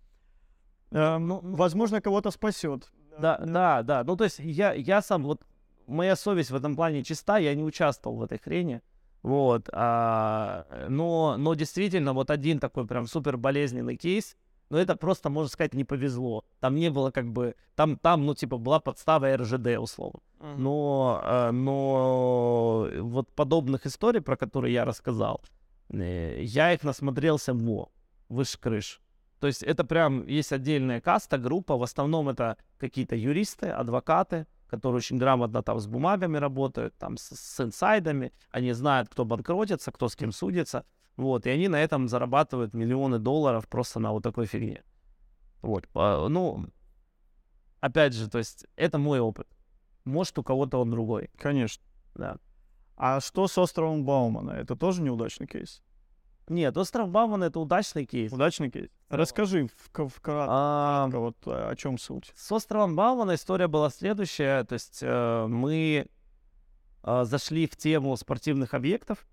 B: Э, ну, возможно, кого-то спасет.
A: Да, да, да. Ну, то есть я, я сам, вот, моя совесть в этом плане чиста, я не участвовал в этой хрени. Вот. а, но, но действительно, вот один такой прям супер болезненный кейс, но это просто, можно сказать, не повезло. Там не было как бы, там, там ну, типа, была подстава эр жэ дэ, условно. Но, э, но вот подобных историй, про которые я рассказал, э, я их насмотрелся во, выше крыш. То есть это прям есть отдельная каста, группа, в основном это какие-то юристы, адвокаты, которые очень грамотно там с бумагами работают, там с, с инсайдами, они знают, кто банкротится, кто с кем судится, вот, и они на этом зарабатывают миллионы долларов просто на вот такой фигне. Вот, а, ну, опять же, то есть это мой опыт. Может, у кого-то он другой,
B: Конечно.
A: да.
B: А что с островом Баумана? Это тоже неудачный кейс?
A: Нет, остров Бауман — это удачный кейс.
B: Удачный кейс? Расскажи в, вкратце,
A: А,
B: вот э, о чем суть.
A: С островом Баумана история была следующая. То есть э, мы э, зашли в тему спортивных объектов.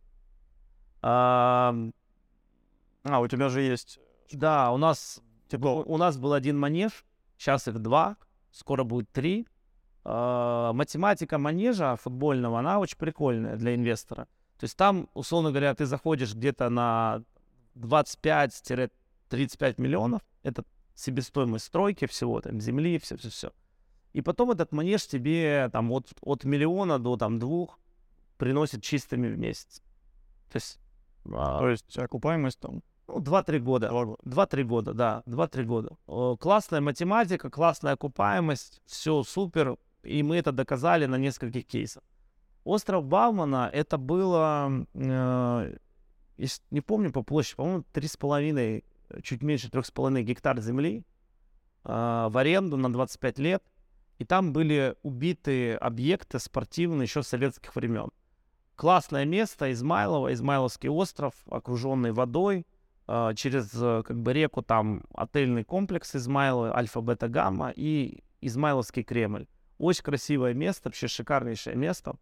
A: А,
B: А, у тебя же есть...
A: да, у нас,
B: Тепло.
A: у нас был один манеж, сейчас их два, скоро будет три. А, математика манежа футбольного, она очень прикольная для инвестора. То есть там, условно говоря, ты заходишь где-то на двадцать пять - тридцать пять миллионов. Это себестоимость стройки всего, там, земли, все-все-все. И потом этот манеж тебе там от, от миллиона до там двух приносит чистыми в месяц. То есть, а,
B: То есть окупаемость там...
A: ну, два-три года.
B: Два года.
A: Два-три года, да, два-три года. О, классная математика, классная окупаемость, все супер, и мы это доказали на нескольких кейсах. Остров Баумана — это было, э, если не помню по площади, по-моему, три с половиной, чуть меньше трех с половиной гектар земли э, в аренду на двадцать пять лет. И там были убиты объекты спортивные еще с советских времен. Классное место, Измайлово, Измайловский остров, окруженный водой. Э, через э, как бы реку там отельный комплекс Измайлово, Альфа, Бета, Гамма и Измайловский Кремль. Очень красивое место, вообще шикарнейшее место.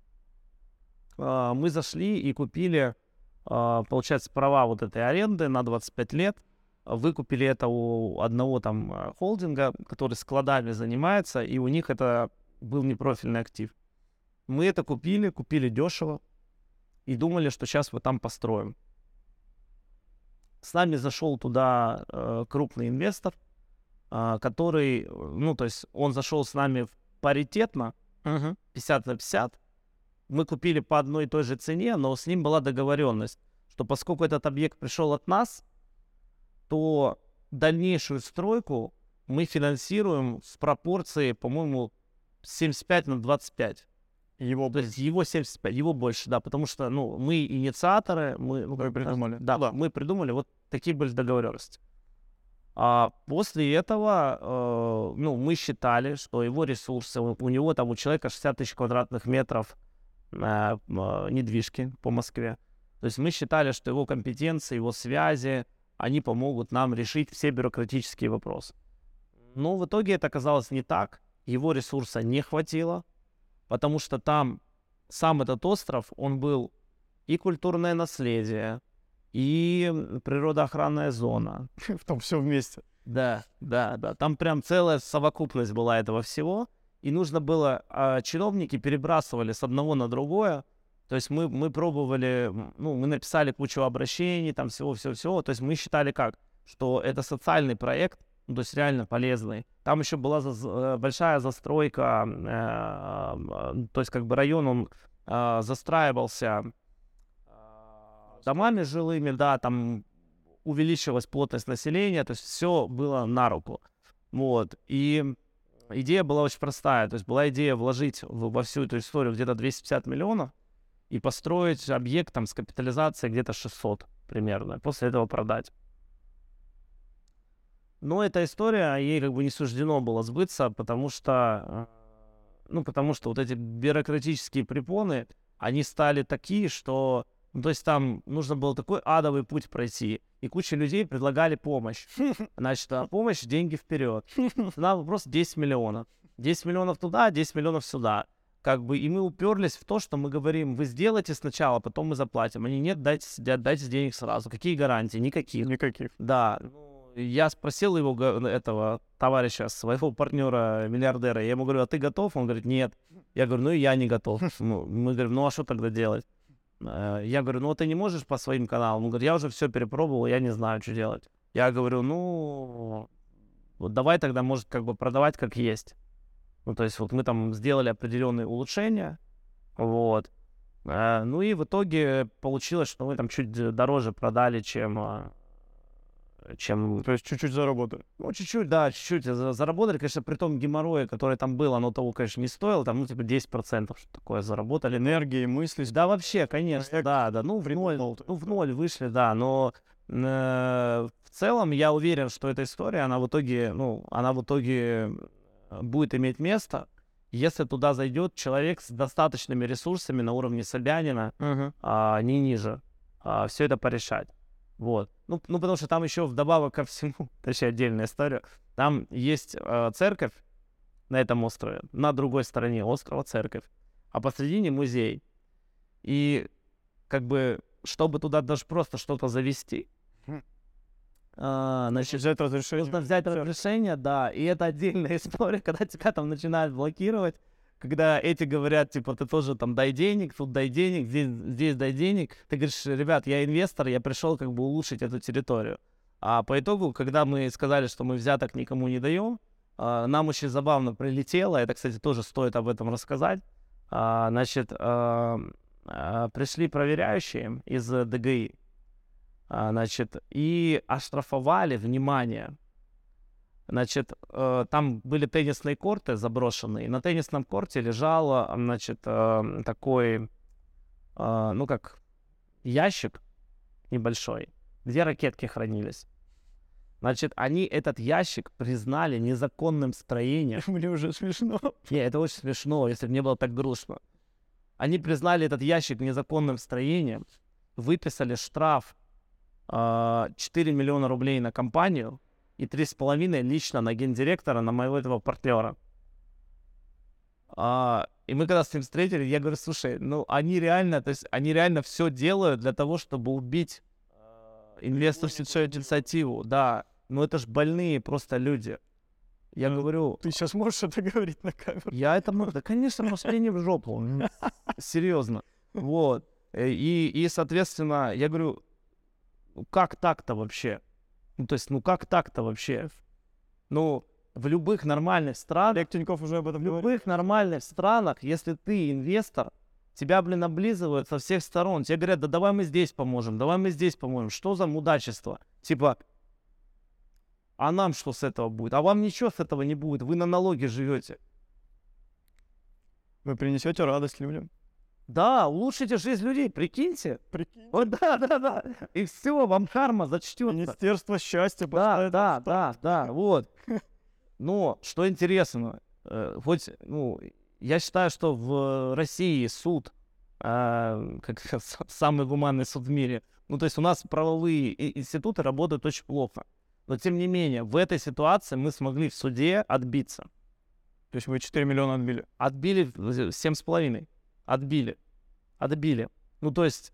A: Э, мы зашли и купили, э, получается, права вот этой аренды на двадцать пять лет. Выкупили это у одного там э, холдинга, который складами занимается, и у них это был непрофильный актив. Мы это купили, купили дешево и думали, что сейчас мы там построим. С нами зашел туда э, крупный инвестор, э, который, ну, то есть он зашел с нами паритетно, пятьдесят на пятьдесят. Мы купили по одной и той же цене, но с ним была договоренность, что поскольку этот объект пришел от нас, то дальнейшую стройку мы финансируем в пропорции, по-моему, семьдесят пять на двадцать пять.
B: Его
A: То есть его семьдесят пять, его больше, да, потому что, ну, мы инициаторы, мы, ну,
B: Вы придумали.
A: Да,
B: Ну да.
A: мы придумали, вот такие были договоренности. А после этого, э, ну, мы считали, что его ресурсы, у, у него там, у человека шестьдесят тысяч квадратных метров э, э, недвижки по Москве. То есть мы считали, что его компетенции, его связи, они помогут нам решить все бюрократические вопросы. Но в итоге это оказалось не так. Его ресурса не хватило, потому что там сам этот остров, он был и культурное наследие, и природоохранная зона.
B: Там все вместе.
A: Да, да, да. Там прям целая совокупность была этого всего. И нужно было, а, чиновники перебрасывали с одного на другое. То есть мы, мы пробовали, ну, мы написали кучу обращений, там всего-всего-всего. То есть мы считали как, что это социальный проект, ну, то есть реально полезный. Там еще была за, большая застройка, э, то есть как бы район, он э, застраивался э, домами жилыми, да, там увеличилась плотность населения, то есть все было на руку. Вот, и идея была очень простая, то есть была идея вложить в, во всю эту историю где-то двести пятьдесят миллионов и построить объект там с капитализацией где-то шестьсот примерно, после этого продать. Но эта история, ей как бы не суждено было сбыться, потому что, ну, потому что вот эти бюрократические препоны, они стали такие, что, ну, то есть там нужно было такой адовый путь пройти, и куча людей предлагали помощь. Значит, а помощь, деньги вперед. Нам просто десять миллионов. десять миллионов туда, десять миллионов сюда. Как бы, и мы уперлись в то, что мы говорим, вы сделайте сначала, потом мы заплатим. Они, нет, дайте, дайте денег сразу. Какие гарантии? Никаких.
B: Никаких.
A: Да. Я спросил его, этого товарища, своего партнера, миллиардера, я ему говорю, а ты готов? Он говорит, нет. Я говорю, ну и я не готов. Мы говорим, ну а что тогда делать? Я говорю, ну ты не можешь по своим каналам? Он говорит, я уже все перепробовал, я не знаю, что делать. Я говорю, ну, вот давай тогда, может, как бы продавать как есть. Ну, то есть вот мы там сделали определенные улучшения, вот. Ну и в итоге получилось, что мы там чуть дороже продали, чем... чем...
B: То есть чуть-чуть заработали.
A: Ну, чуть-чуть, да, чуть-чуть заработали. Конечно, при том геморрое, который там был, оно того, конечно, не стоило. Там, ну, типа, десять процентов что такое заработали.
B: Энергии, мысли.
A: Да, вообще, конечно, проект, да, да. Ну, в ноль, ну, в ноль вышли, да. Но э, в целом я уверен, что эта история, она в итоге, ну, она в итоге будет иметь место, если туда зайдет человек с достаточными ресурсами на уровне Собянина,
B: uh-huh.
A: а, не ниже, а, все это порешать. Вот. Ну, ну, потому что там еще вдобавок ко всему, точнее, отдельная история, там есть э, церковь на этом острове, на другой стороне острова церковь, а посредине музей. И как бы, чтобы туда даже просто что-то завести,
B: хм.
A: э, значит,
B: взять разрешение.
A: нужно взять разрешение, да, и это отдельная история, когда тебя там начинают блокировать, когда эти говорят, типа, ты тоже там дай денег, тут дай денег, здесь, здесь дай денег. Ты говоришь, ребят, я инвестор, я пришел как бы улучшить эту территорию. А по итогу, когда мы сказали, что мы взяток никому не даем, нам очень забавно прилетело, это, кстати, тоже стоит об этом рассказать. Значит, пришли проверяющие из ДГИ, значит, и оштрафовали, внимание, значит, э, там были теннисные корты заброшенные, и на теннисном корте лежал, значит, э, такой, э, ну как, ящик небольшой, где ракетки хранились. Значит, они этот ящик признали незаконным строением.
B: Мне уже смешно.
A: Не, это очень смешно, если бы не было так грустно. Они признали этот ящик незаконным строением, выписали штраф э, четыре миллиона рублей на компанию, и три с половиной лично на гендиректора, на моего этого партнера. А, и мы когда с ним встретили, я говорю, слушай, ну они реально, то есть они реально все делают для того, чтобы убить э, инвесторскую инициативу, да. Ну это ж больные просто люди. Я ну, говорю...
B: Ты сейчас можешь это говорить на камеру?
A: Я это могу, да, конечно, пошли не в жопу. Серьезно. Вот. И, и, соответственно, я говорю, как так-то вообще? Ну, то есть, ну как так-то вообще? Ну, в любых нормальных странах...
B: Олег Тиньков уже об этом
A: В
B: говорит.
A: любых нормальных странах, если ты инвестор, тебя, блин, облизывают со всех сторон. Тебе говорят, да давай мы здесь поможем, давай мы здесь поможем. Что за мудачество? Типа, а нам что с этого будет? А вам ничего с этого не будет, вы на налоги живете.
B: Вы принесете радость людям.
A: Да, улучшите жизнь людей, прикиньте.
B: Прикиньте.
A: Вот, да, да, да. И все, вам карма зачтется.
B: Министерство счастья.
A: Да, да, да, да, вот. Но, что интересно, э, хоть, ну, я считаю, что в России суд э, как с- самый гуманный суд в мире. Ну, то есть у нас правовые и- институты работают очень плохо. Но, тем не менее, в этой ситуации мы смогли в суде отбиться.
B: То есть вы четыре миллиона отбили.
A: Отбили в- семь с половиной. Отбили. Отбили. Ну, то есть,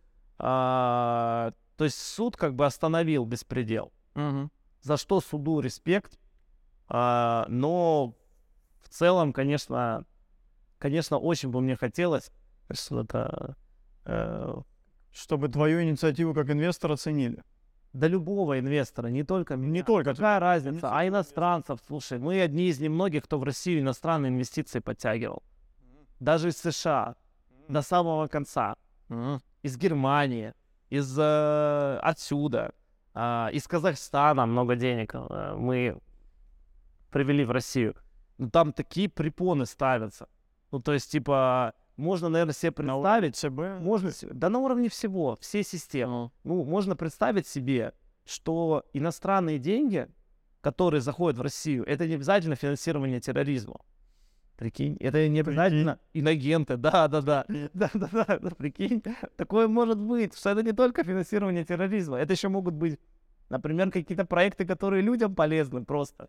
A: а, то есть суд как бы остановил беспредел. За что суду респект. А, но в целом, конечно, конечно, очень бы мне хотелось, что это э,
B: Чтобы твою инициативу как инвестора ценили.
A: до любого инвестора, не только меня.
B: Не только
A: Какая разница?
B: инициатива
A: А иностранцев, слушай, мы одни из немногих, кто в Россию иностранные инвестиции подтягивал. Даже из США до самого конца. Из Германии, из э, отсюда, а, из Казахстана много денег э, мы привели в Россию. Ну, там такие препоны ставятся. Ну, то есть, типа, можно, наверное, себе представить,
B: ЦБ.
A: можно, се- да на уровне всего, всей системы. Ну, можно представить себе, что иностранные деньги, которые заходят в Россию, это не обязательно финансирование терроризма. Прикинь, это не обязательно инагенты, да-да-да, да-да-да, прикинь, такое может быть, что это не только финансирование терроризма, это еще могут быть, например, какие-то проекты, которые людям полезны просто.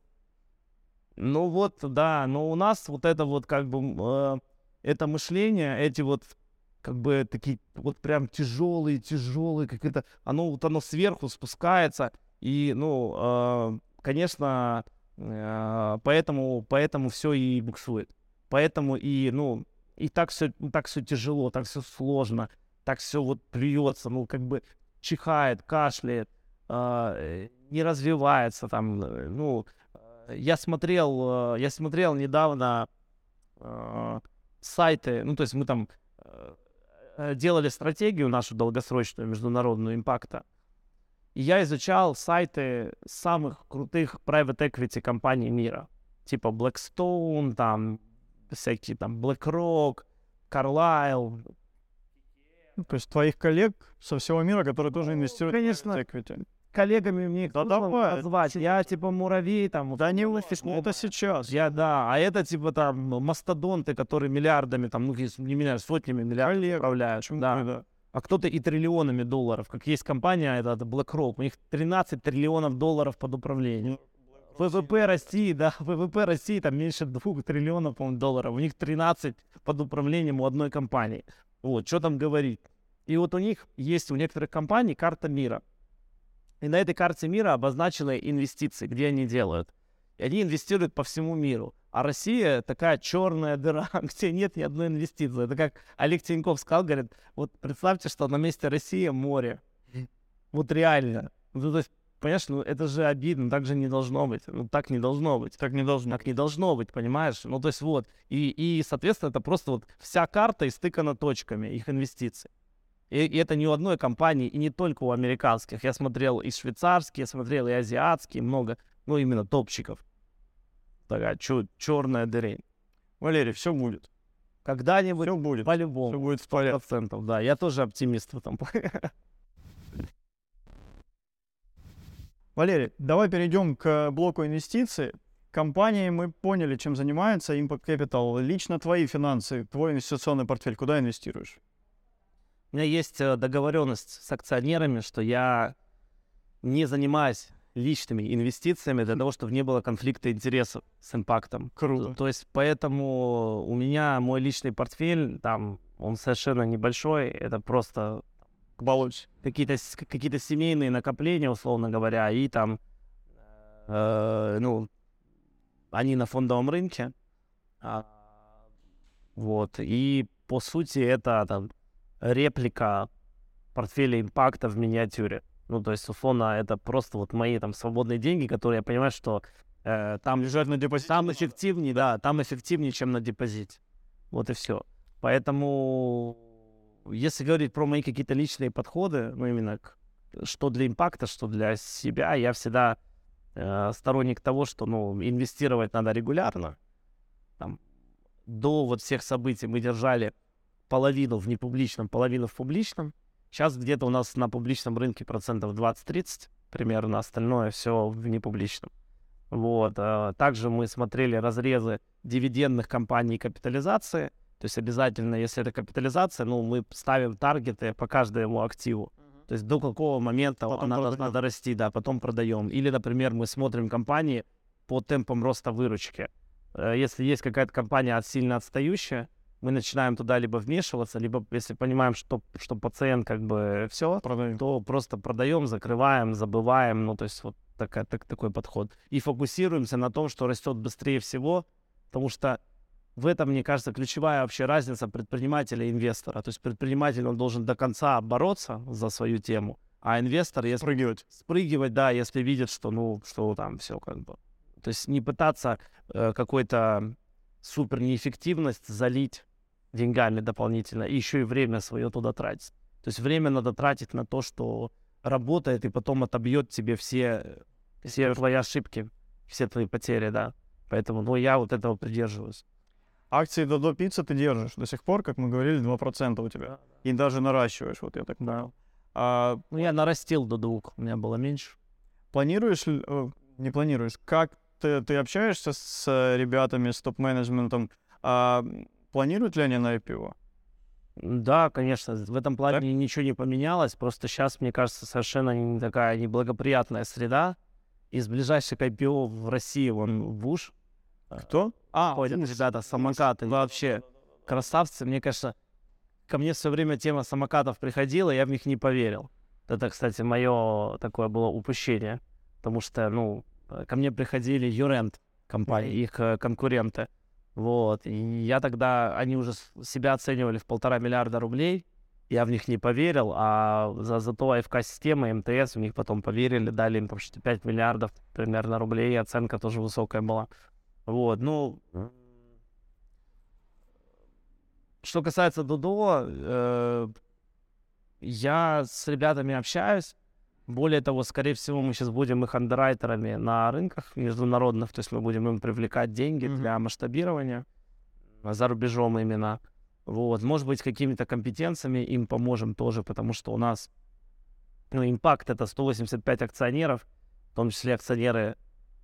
A: Ну вот, да, но у нас вот это вот как бы, э, это мышление, эти вот как бы такие вот прям тяжелые, тяжелые, как это, оно вот оно сверху спускается, и, ну, э, конечно, э, поэтому, поэтому все и буксует. Поэтому и, ну, и так все, так все тяжело, так все сложно, так все вот плюется, ну, как бы чихает, кашляет, э, не развивается там, э, ну, э, я смотрел, э, я смотрел недавно э, сайты, ну, то есть мы там э, э, делали стратегию нашу долгосрочную, международную импакта, и я изучал сайты самых крутых private equity компаний мира, типа Blackstone, там, всякие там BlackRock, Carlyle.
B: Ну, то есть твоих коллег со всего мира, которые тоже инвестируют
A: конечно.
B: в equity.
A: Коллегами мне их
B: Да
A: сложно
B: давай,
A: назвать. Я типа муравей там.
B: Да не
A: вот,
B: важно, это сейчас.
A: Я, да, а это типа там мастодонты, которые миллиардами, там, ну, если не миллиард, сотнями миллиардов
B: Коллег.
A: управляют.
B: Почему
A: Да.
B: да?
A: А кто-то и триллионами долларов. Как есть компания, это, это BlackRock, у них тринадцать триллионов долларов под управлением. ВВП России, да, ВВП России там меньше двух триллионов, по-моему, долларов. У них тринадцать под управлением у одной компании. Вот, что там говорить. И вот у них есть, у некоторых компаний карта мира. И на этой карте мира обозначены инвестиции, где они делают. И они инвестируют по всему миру. А Россия такая черная дыра, где нет ни одной инвестиции. Это как Олег Тиньков сказал, говорит, вот представьте, что на месте России море. Вот реально. Ну, то есть, понимаешь, ну это же обидно, так же не должно быть. Ну так не должно быть.
B: Так не должно.
A: Так не должно быть, понимаешь? Ну то есть вот. И, и соответственно, это просто вот вся карта истыкана точками их инвестиций. И, и это не у одной компании, и не только у американских. Я смотрел и швейцарские, я смотрел и азиатские, много, ну именно топчиков. Такая чё, черная дырень.
B: Валерий, все будет.
A: Когда-нибудь,
B: Все будет.
A: по-любому,
B: Все будет в порядке.
A: процентов, да. Я тоже оптимист в этом плане.
B: Валерий, давай перейдем к блоку инвестиций. Компании мы поняли, чем занимается Impact Capital. Лично твои финансы, твой инвестиционный портфель, куда инвестируешь?
A: У меня есть э, договоренность с акционерами, что я не занимаюсь личными инвестициями для того, чтобы не было конфликта интересов с импактом.
B: Круто.
A: То есть поэтому у меня мой личный портфель, там, он совершенно небольшой, это просто
B: Балуйся.
A: какие-то с- какие-то семейные накопления, условно говоря, и там, э, ну, они на фондовом рынке, а, вот, и по сути это там реплика портфеля импакта в миниатюре. Ну, то есть, условно, это просто вот мои там свободные деньги, которые я понимаю, что э, там
B: Лежать на депозите.
A: там эффективнее, да, там эффективнее, чем на депозите. Вот и все. Поэтому, если говорить про мои какие-то личные подходы, ну, именно к, что для импакта, что для себя, я всегда э, сторонник того, что, ну, инвестировать надо регулярно. Там, до вот всех событий мы держали половину в непубличном, половину в публичном. Сейчас где-то у нас на публичном рынке процентов двадцать-тридцать примерно, остальное все в непубличном. Вот. а Также мы смотрели разрезы дивидендных компаний и капитализации. То есть обязательно, если это капитализация, ну, мы ставим таргеты по каждому активу. То есть до какого момента
B: Потом
A: она
B: продаем.
A: должна дорасти, да, потом продаем. Или, например, мы смотрим компании по темпам роста выручки. Э, Если есть какая-то компания от- сильно отстающая, мы начинаем туда либо вмешиваться, либо если понимаем, что, что пациент как бы все,
B: Продаем.
A: то просто продаем, закрываем, забываем. Ну, то есть вот такая, так, такой подход. И фокусируемся на том, что растет быстрее всего, потому что в этом, мне кажется, ключевая вообще разница предпринимателя и инвестора. То есть предприниматель, он должен до конца бороться за свою тему, а инвестор, если
B: Спрыгивать.
A: спрыгивать, да, если видит, что, ну, что там все как бы. То есть не пытаться э, какой-то супер неэффективность залить деньгами дополнительно, и еще и время свое туда тратить. То есть время надо тратить на то, что работает, и потом отобьет тебе все, все твои ошибки, все твои потери, да. Поэтому, ну, я вот этого придерживаюсь.
B: Акции Додо Пицца ты держишь до сих пор, как мы говорили, два процента у тебя. И даже наращиваешь, вот я так понял. А
A: Ну, я нарастил до двух, у меня было меньше.
B: планируешь, ли- э, не планируешь, как ты, ты общаешься с э, ребятами, с топ-менеджментом, а, м, планируют ли они на ай пи о?
A: Да, конечно, в этом плане ничего не поменялось, просто сейчас, мне кажется, совершенно не такая неблагоприятная среда. Из ближайших ай пи о в России, вон, Вуш,
B: Кто? А,
A: ходят
B: Вуш.
A: ребята, самокаты, вообще красавцы. Мне кажется, ко мне все время тема самокатов приходила, я в них не поверил. Это, кстати, мое такое было упущение, потому что, ну, э, ко мне приходили Юрент компании,
B: Мгм.
A: их э, конкуренты. Вот, и я тогда, они уже с- себя оценивали в полтора миллиарда рублей, я в них не поверил, а за, зато эй эф ка-система, эм тэ эс в них потом поверили, дали им почти пять миллиардов примерно рублей, и оценка тоже высокая была. Вот, ну, что касается Додо, э, я с ребятами общаюсь. Более того, скорее всего, мы сейчас будем их андеррайтерами на рынках международных, то есть мы будем им привлекать деньги
B: Мгм.
A: для масштабирования а, за рубежом именно. Вот, может быть, какими-то компетенциями им поможем тоже, потому что у нас, ну, импакт это сто восемьдесят пять акционеров, в том числе акционеры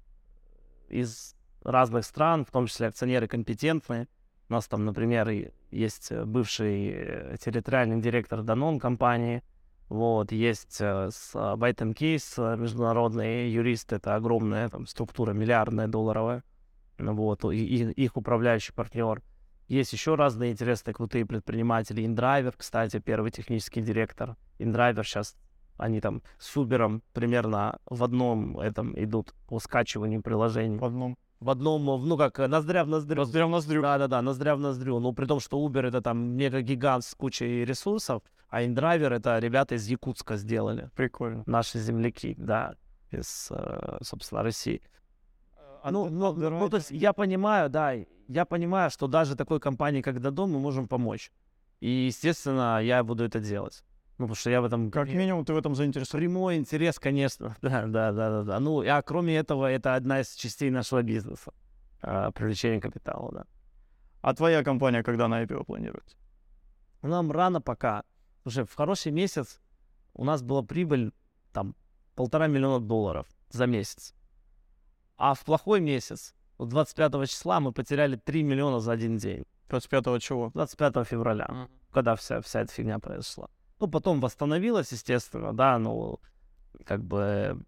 A: из разных стран, в том числе акционеры компетентные. У нас там, например, и есть э, бывший э, территориальный директор Danone компании, вот, есть э, с а, White энд Case э, международные юристы, это огромная там структура, миллиардная долларовая, ну вот, и, и- их управляющий партнер. Есть еще разные интересные крутые предприниматели. InDriver, кстати, первый технический директор. InDriver сейчас, они там с Uber примерно в одном этом идут по скачиванию приложений.
B: В одном.
A: В одном, ну как, э, ноздря в ноздрю.
B: Ноздря в ноздрю.
A: Да-да-да, ноздря в ноздрю. Ну, при том, что Uber это там мега-гигант с кучей ресурсов, а InDriver это ребята из Якутска сделали.
B: Прикольно.
A: Наши земляки, да, из, э, собственно, России.
B: А
A: Ну,
B: ты-
A: ну,
B: Underwriter-
A: ну, то есть я понимаю, да, я понимаю, что даже такой компании, как Додо, мы можем помочь. И, естественно, я буду это делать. Ну, потому что я в этом...
B: Как минимум ты в этом заинтересован.
A: Прямой интерес, конечно. Да, да, да, да, да. Ну, а кроме этого, это одна из частей нашего бизнеса. а, Привлечение капитала, да.
B: А твоя компания когда на ай пи о планирует?
A: Нам рано пока. Уже в хороший месяц у нас была прибыль там полтора миллиона долларов за месяц. А в плохой месяц, вот двадцать пятого числа, мы потеряли три миллиона за один день.
B: двадцать пятого чего?
A: двадцать пятого февраля, когда вся, вся эта фигня произошла. Ну, потом восстановилась, естественно, да, ну, как бы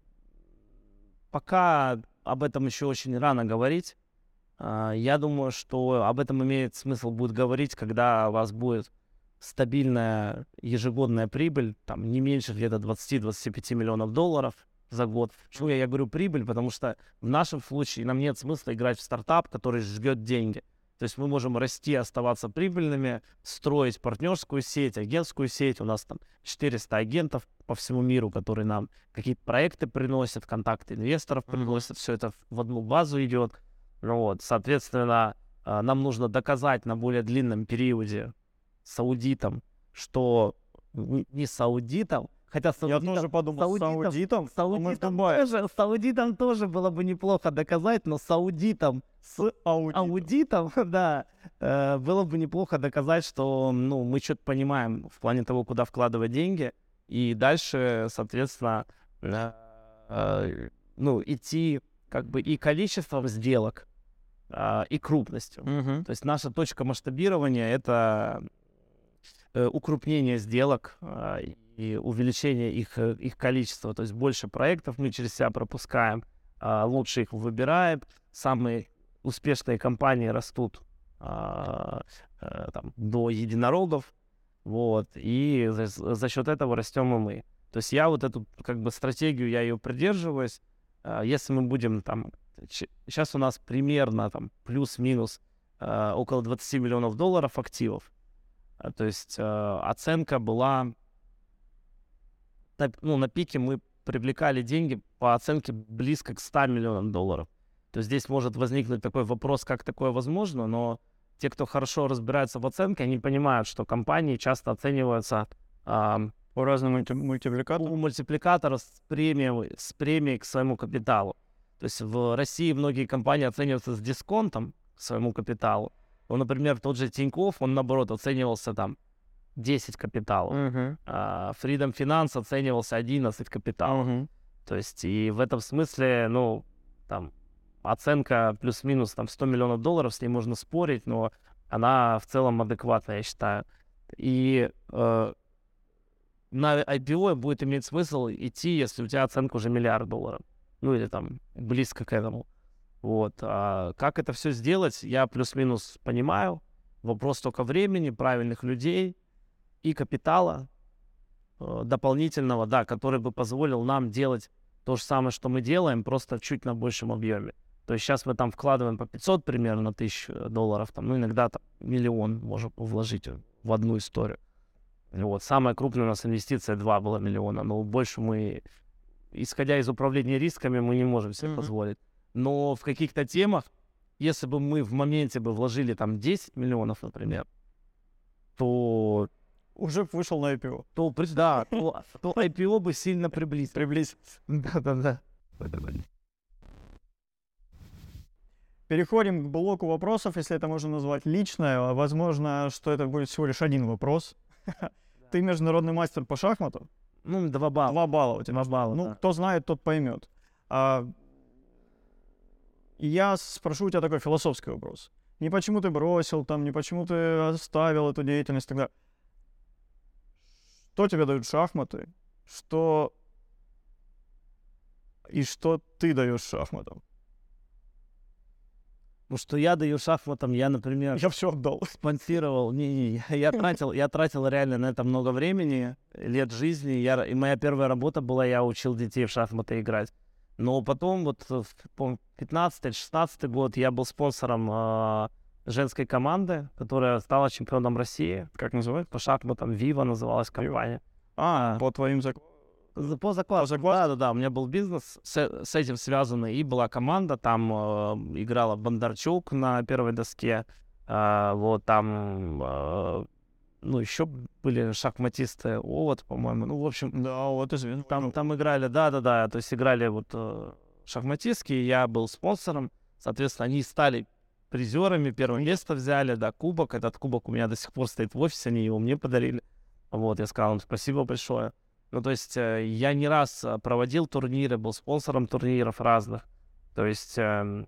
A: пока об этом еще очень рано говорить. А, Я думаю, что об этом имеет смысл будет говорить, когда у вас будет стабильная ежегодная прибыль, там не меньше где-то двадцать-двадцать пять миллионов долларов за год. Почему я, я говорю прибыль? Потому что в нашем случае нам нет смысла играть в стартап, который ждет деньги. То есть мы можем расти, оставаться прибыльными, строить партнерскую сеть, агентскую сеть. У нас там четыреста агентов по всему миру, которые нам какие-то проекты приносят, контакты инвесторов приносят, все это в одну базу идет. Ну вот, соответственно, а, нам нужно доказать на более длинном периоде с аудитом, что н- не с аудитом, хотя с
B: Я
A: аудитом,
B: тоже подумал, с аудитом,
A: с
B: а мы в
A: аудитом
B: Дубае.
A: тоже, с аудитом тоже было бы неплохо доказать, но с аудитом, с
B: С аудитом.
A: аудитом, да, э, было бы неплохо доказать, что, ну, мы что-то понимаем в плане того, куда вкладывать деньги, и дальше, соответственно, э, э, ну, идти как бы и количеством сделок, а, и крупностью.
B: Мгм.
A: То есть наша точка масштабирования — это э, укрупнение сделок а, и увеличение их, э, их количества. То есть больше проектов мы через себя пропускаем, а, лучше их выбираем, самые успешные компании растут а, э, там, до единорогов, вот, и за, за счет этого растем и мы. То есть я вот эту как бы стратегию, я ее придерживаюсь. А, Если мы будем там, сейчас у нас примерно там плюс-минус а, около двадцать миллионов долларов активов. А, То есть а, оценка была, на, ну, на пике мы привлекали деньги по оценке близко к ста миллионам долларов. То есть здесь может возникнуть такой вопрос, как такое возможно, но те, кто хорошо разбирается в оценке, они понимают, что компании часто оцениваются а,
B: По разным мульти- мультипликаторам.
A: у мультипликатора с премией, с премией к своему капиталу. То есть в России многие компании оцениваются с дисконтом к своему капиталу. Ну, например, тот же Тинькофф, он, наоборот, оценивался там десять капиталов.
B: Мгм.
A: А Freedom Finance оценивался одиннадцать капиталов.
B: Мгм.
A: То есть и в этом смысле, ну, там, оценка плюс-минус там сто миллионов долларов, с ней можно спорить, но она в целом адекватная, я считаю. И э, на ай пи о будет иметь смысл идти, если у тебя оценка уже миллиард долларов. Ну, или там близко к этому. Вот. А как это все сделать, я плюс-минус понимаю. Вопрос только времени, правильных людей и капитала э, дополнительного, да, который бы позволил нам делать то же самое, что мы делаем, просто чуть на большем объеме. То есть сейчас мы там вкладываем по пятьсот примерно тысяч э, долларов, там, ну, иногда там миллион можем вложить в одну историю. Вот. Самая крупная у нас инвестиция два была миллиона, но больше мы, исходя из управления рисками, мы не можем себе
B: Мгм.
A: позволить. Но в каких-то темах, если бы мы в моменте бы вложили там десять миллионов, например, то,
B: Уже вышел на ай пи о.
A: то, при- да, то, то ай пи о бы сильно приблизилось.
B: Приблизился.
A: Да-да-да.
B: Переходим к блоку вопросов, если это можно назвать личное. Возможно, что это будет всего лишь один вопрос. Ты международный мастер по шахматам.
A: Ну, два балла.
B: Два балла у тебя.
A: Два балла,
B: Ну,
A: да.
B: кто знает, тот поймет. А, и я спрошу у тебя такой философский вопрос. Не почему ты бросил, там, не почему ты оставил эту деятельность тогда. Что тебе дают шахматы? Что и что ты даешь шахматам?
A: Ну, что я даю шахматам, я, например,
B: Я все отдал.
A: спонсировал, не, не, я тратил, я тратил реально на это много времени, лет жизни. Я, и моя первая работа была, я учил детей в шахматы играть. Но потом, вот в пятнадцатый-шестнадцатый год, я был спонсором э, женской команды, которая стала чемпионом России.
B: Как называют?
A: По шахматам Viva называлась компания.
B: А, по твоим законам.
A: За- По закладу.
B: По закладу?
A: Да, да, да. У меня был бизнес с, с этим связанный, и была команда. Там э, играла Бондарчук на первой доске. э, вот там, э, ну, еще были шахматисты. Овод, по-моему. Ну, в общем,
B: Да, вот известно.
A: там, там играли, да, да, да. То есть играли вот э, шахматистки. Я был спонсором. Соответственно, они стали призерами, первое место взяли, да, кубок. Этот кубок у меня до сих пор стоит в офисе, они его мне подарили. Вот, я сказал им спасибо большое. Ну, то есть э, я не раз э, проводил турниры, был спонсором турниров разных. То есть, эм,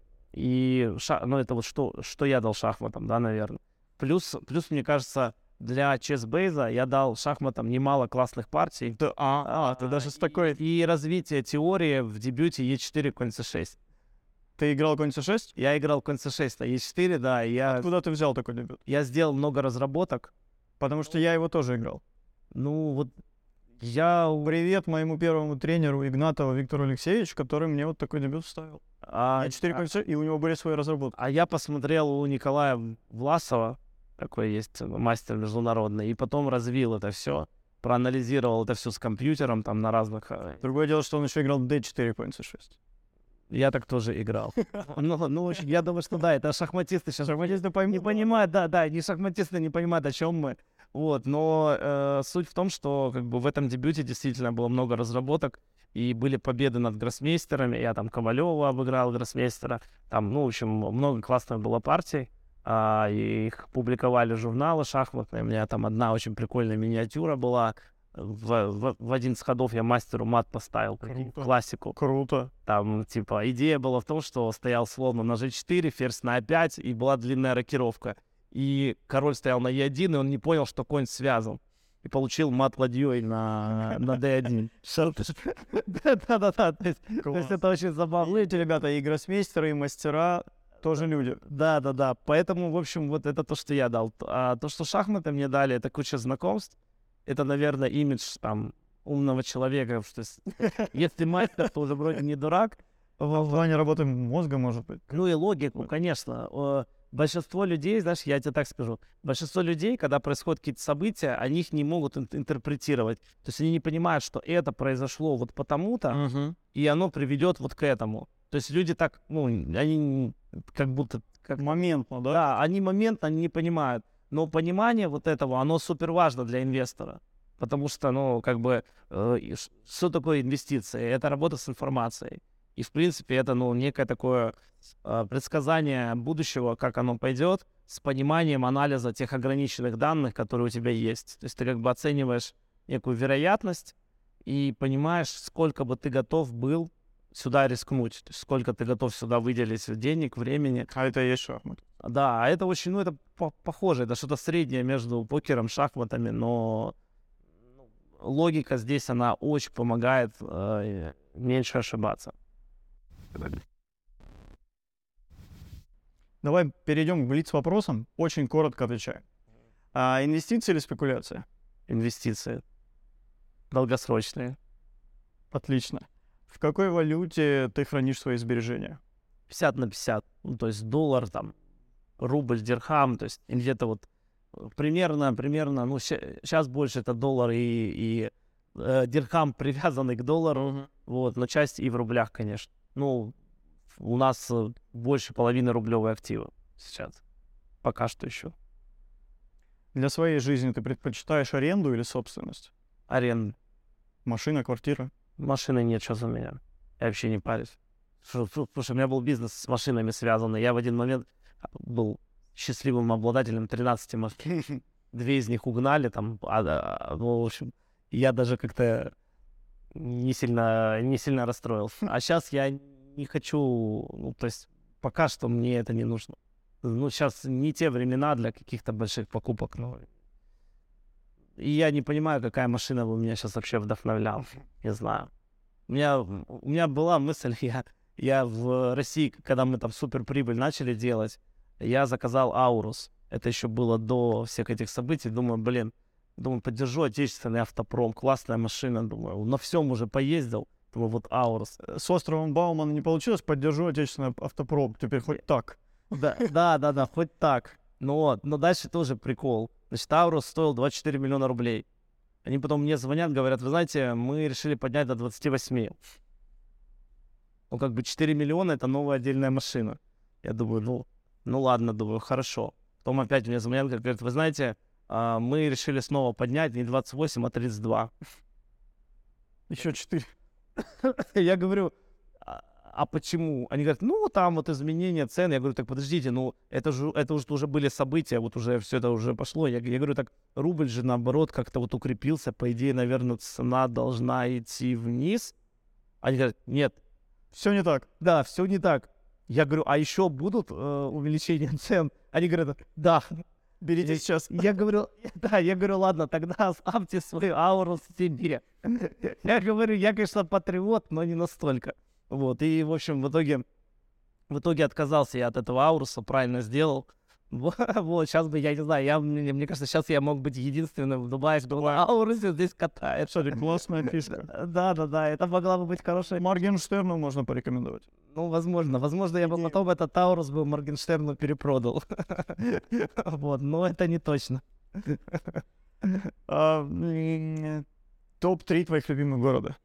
A: и, ша- ну, это вот что, что я дал шахматам, да, наверное. Плюс, плюс, мне кажется, для чесбейза я дал шахматам немало классных партий.
B: Да, а, а, ты даже с такой...
A: И, и развитие теории в дебюте е четыре конь цэ шесть.
B: Ты играл конь цэ шесть?
A: Я играл конь цэ шесть на е четыре, да, и я,
B: Куда ты взял такой дебют?
A: я сделал много разработок.
B: Потому что я его тоже играл.
A: Ну, вот я...
B: Привет моему первому тренеру Игнатову Виктору Алексеевичу, который мне вот такой дебют вставил.
A: А,
B: е четыре конь цэ шесть, и у него были свои разработки.
A: а я посмотрел у Николая Власова, такой есть мастер международный, и потом развил это все, проанализировал это все с компьютером там на разных... э,
B: Другое дело, что он еще играл дэ четыре конь цэ шесть.
A: Я так тоже играл. Ну, ну, очень- я думаю, что да, это шахматисты сейчас
B: Шахматисты
A: не
B: поймут.
A: понимают, да, да, не шахматисты не понимают, о чем мы. Вот, но э, суть в том, что как бы в этом дебюте действительно было много разработок, и были победы над гроссмейстерами. Я там Ковалева обыграл, гроссмейстера. Там, ну, в общем, много классных было партий. А, и их публиковали журналы шахматные. У меня там одна очень прикольная миниатюра была в, в, в один из ходов я мастеру мат поставил,
B: Круто.
A: классику.
B: Круто.
A: Там, типа, идея была в том, что стоял слон на жэ четыре, ферзь на а пять, и была длинная рокировка. И король стоял на е один, и он не понял, что конь связан. И получил мат ладьей на, на дэ один. Да-да-да. То есть это очень забавно.
B: Видите, ребята, и гроссмейстеры, и мастера тоже люди.
A: Да-да-да. Поэтому, в общем, вот это то, что я дал. А то, что шахматы мне дали, это куча знакомств. Это, наверное, имидж там умного человека. Что если мастер, то уже вроде не дурак.
B: В плане работы мозга, может быть.
A: Ну и логику, конечно. Большинство людей, знаешь, я тебе так скажу, большинство людей, когда происходят какие-то события, они их не могут ин- интерпретировать. То есть они не понимают, что это произошло вот потому-то,
B: Угу.
A: и оно приведет вот к этому. То есть люди так, ну, они как будто... Как,
B: Моментно, да?
A: да, они моментно не понимают. Но понимание вот этого, оно супер важно для инвестора. Потому что, ну, как бы, э, и ш- что такое инвестиции? Это работа с информацией. И, в принципе, это, ну, некое такое э, предсказание будущего, как оно пойдет, с пониманием анализа тех ограниченных данных, которые у тебя есть. То есть ты как бы оцениваешь некую вероятность и понимаешь, сколько бы ты готов был сюда рискнуть, то есть сколько ты готов сюда выделить денег, времени.
B: А это и есть шахмат.
A: Да, а это очень, ну, это по- похоже, это что-то среднее между покером, шахматами, но ну, логика здесь, она очень помогает э, меньше ошибаться.
B: Давай перейдем к блиц-вопросам. Очень коротко отвечаю. А, инвестиции или спекуляция?
A: Инвестиции долгосрочные.
B: Отлично. В какой валюте ты хранишь свои сбережения?
A: пятьдесят на пятьдесят. Ну, то есть доллар, там, рубль, дирхам, то есть где-то вот э, примерно, примерно, ну, сейчас больше это доллар и, и э, дирхам привязанный к доллару, вот, но часть и в рублях, конечно. Ну, у нас э, больше половины рублевые активы сейчас, пока что еще.
B: Для своей жизни ты предпочитаешь аренду или собственность?
A: Аренда.
B: Машина, квартира?
A: Машины нет сейчас у меня. Я вообще не парюсь. Шу- шу- Слушай, у меня был бизнес с машинами связанный. Я в один момент был счастливым обладателем тринадцати машин. Две из них угнали там. А, а, ну, в общем, я даже как-то не сильно, не сильно расстроился. А сейчас я не хочу... Ну, то есть пока что мне это не нужно. Ну, сейчас не те времена для каких-то больших покупок. Ну, и я не понимаю, какая машина бы меня сейчас вообще вдохновляла. Не знаю. У меня, у меня была мысль, я, я в России, когда мы там суперприбыль начали делать, я заказал Аурус. Это еще было до всех этих событий. Думаю, блин, думаю, поддержу отечественный автопром, классная машина, думаю, на всем уже поездил. Думаю, вот Аурус.
B: С островом Баумана не получилось, поддержу отечественный автопром. Теперь хоть так.
A: Да, да, да, да, хоть так. Но, вот, но дальше тоже прикол. Значит, Аурус стоил двадцать четыре миллиона рублей. Они потом мне звонят, говорят, вы знаете, мы решили поднять до двадцати восьми. Ну, как бы четыре миллиона — это новая отдельная машина. Я думаю, ну, ну ладно, думаю, хорошо. Потом опять мне звонят, говорят, вы знаете, а, мы решили снова поднять не двадцать восемь, а тридцать два.
B: Еще четыре.
A: Я говорю, а, а почему? Они говорят, ну, там вот изменение цен. Я говорю, так подождите, ну, это же, это уже, уже были события, вот уже все это уже пошло. Я, я говорю, так рубль же, наоборот, как-то вот укрепился. По идее, наверное, цена должна идти вниз. Они говорят, нет,
B: Все не так.
A: да, все не так. Я говорю, а еще будут э, увеличения цен? Они говорят, да.
B: Берите
A: Я-
B: сейчас.
A: Я говорю, да, я говорю, ладно, тогда оставьте свою ауру себе. Я говорю, я, конечно, патриот, но не настолько. Вот, и, в общем, в итоге, в итоге отказался я от этого ауруса, правильно сделал. Вот, сейчас бы, я не знаю, я, мне, мне кажется, сейчас я мог быть единственным в Дубае, кто на аурусе здесь катает.
B: Кстати, классная фишка.
A: Да, да, да, это могла бы быть хорошая.
B: Моргенштерну можно порекомендовать.
A: Ну, возможно, возможно, я бы потом этот Таурус бы Моргенштерну перепродал. Вот, но это не точно.
B: А, м, топ три твоих любимых города.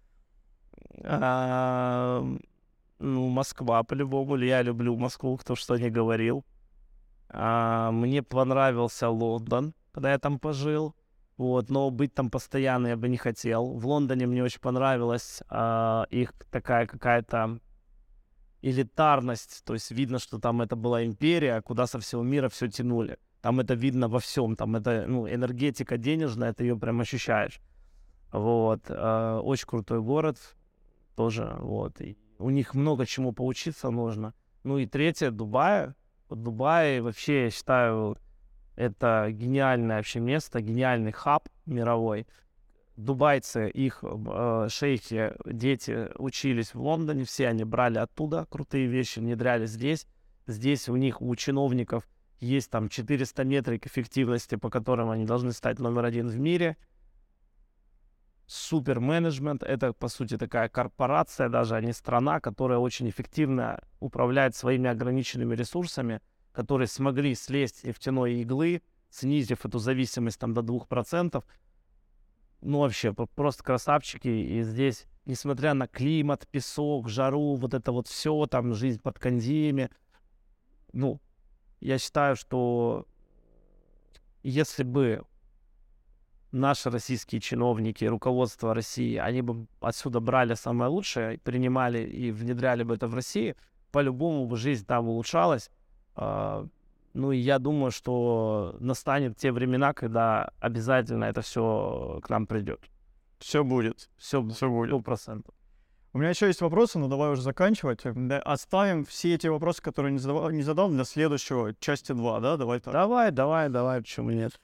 A: А, Ну, Москва, по-любому. Я люблю Москву, кто что не говорил. А, Мне понравился Лондон, когда я там пожил. Вот, но быть там постоянно я бы не хотел. В Лондоне мне очень понравилась а, их такая какая-то элитарность. То есть видно, что там это была империя, куда со всего мира все тянули. Там это видно во всем. Там это, ну, энергетика денежная, ты ее прям ощущаешь. Вот. э, Очень крутой город тоже. Вот. И у них много чему поучиться нужно. Ну и третье, Дубай. Вот Дубай вообще, я считаю, это гениальное вообще место, гениальный хаб мировой. Дубайцы, их э, шейхи, дети учились в Лондоне, все они брали оттуда крутые вещи, внедряли здесь. Здесь у них, у чиновников, есть там четыреста метрик эффективности, по которым они должны стать номер один в мире. Супер менеджмент, это, по сути, такая корпорация даже, а не страна, которая очень эффективно управляет своими ограниченными ресурсами, которые смогли слезть с нефтяной иглы, снизив эту зависимость там до двух процентов. Ну, вообще, про- просто красавчики. И здесь, несмотря на климат, песок, жару, вот это вот все, там, жизнь под кондеями, ну, я считаю, что если бы наши российские чиновники, руководство России, они бы отсюда брали самое лучшее, принимали и внедряли бы это в России, по-любому бы жизнь там улучшалась. А, Ну и я думаю, что настанет те времена, когда обязательно это все к нам придет.
B: Все будет.
A: Все,
B: Все будет.
A: сто процентов.
B: У меня еще есть вопросы, но давай уже заканчивать. Да, оставим все эти вопросы, которые не задавал, не задал, для следующего, части два, да? Давай так.
A: Давай, давай, давай, почему нет?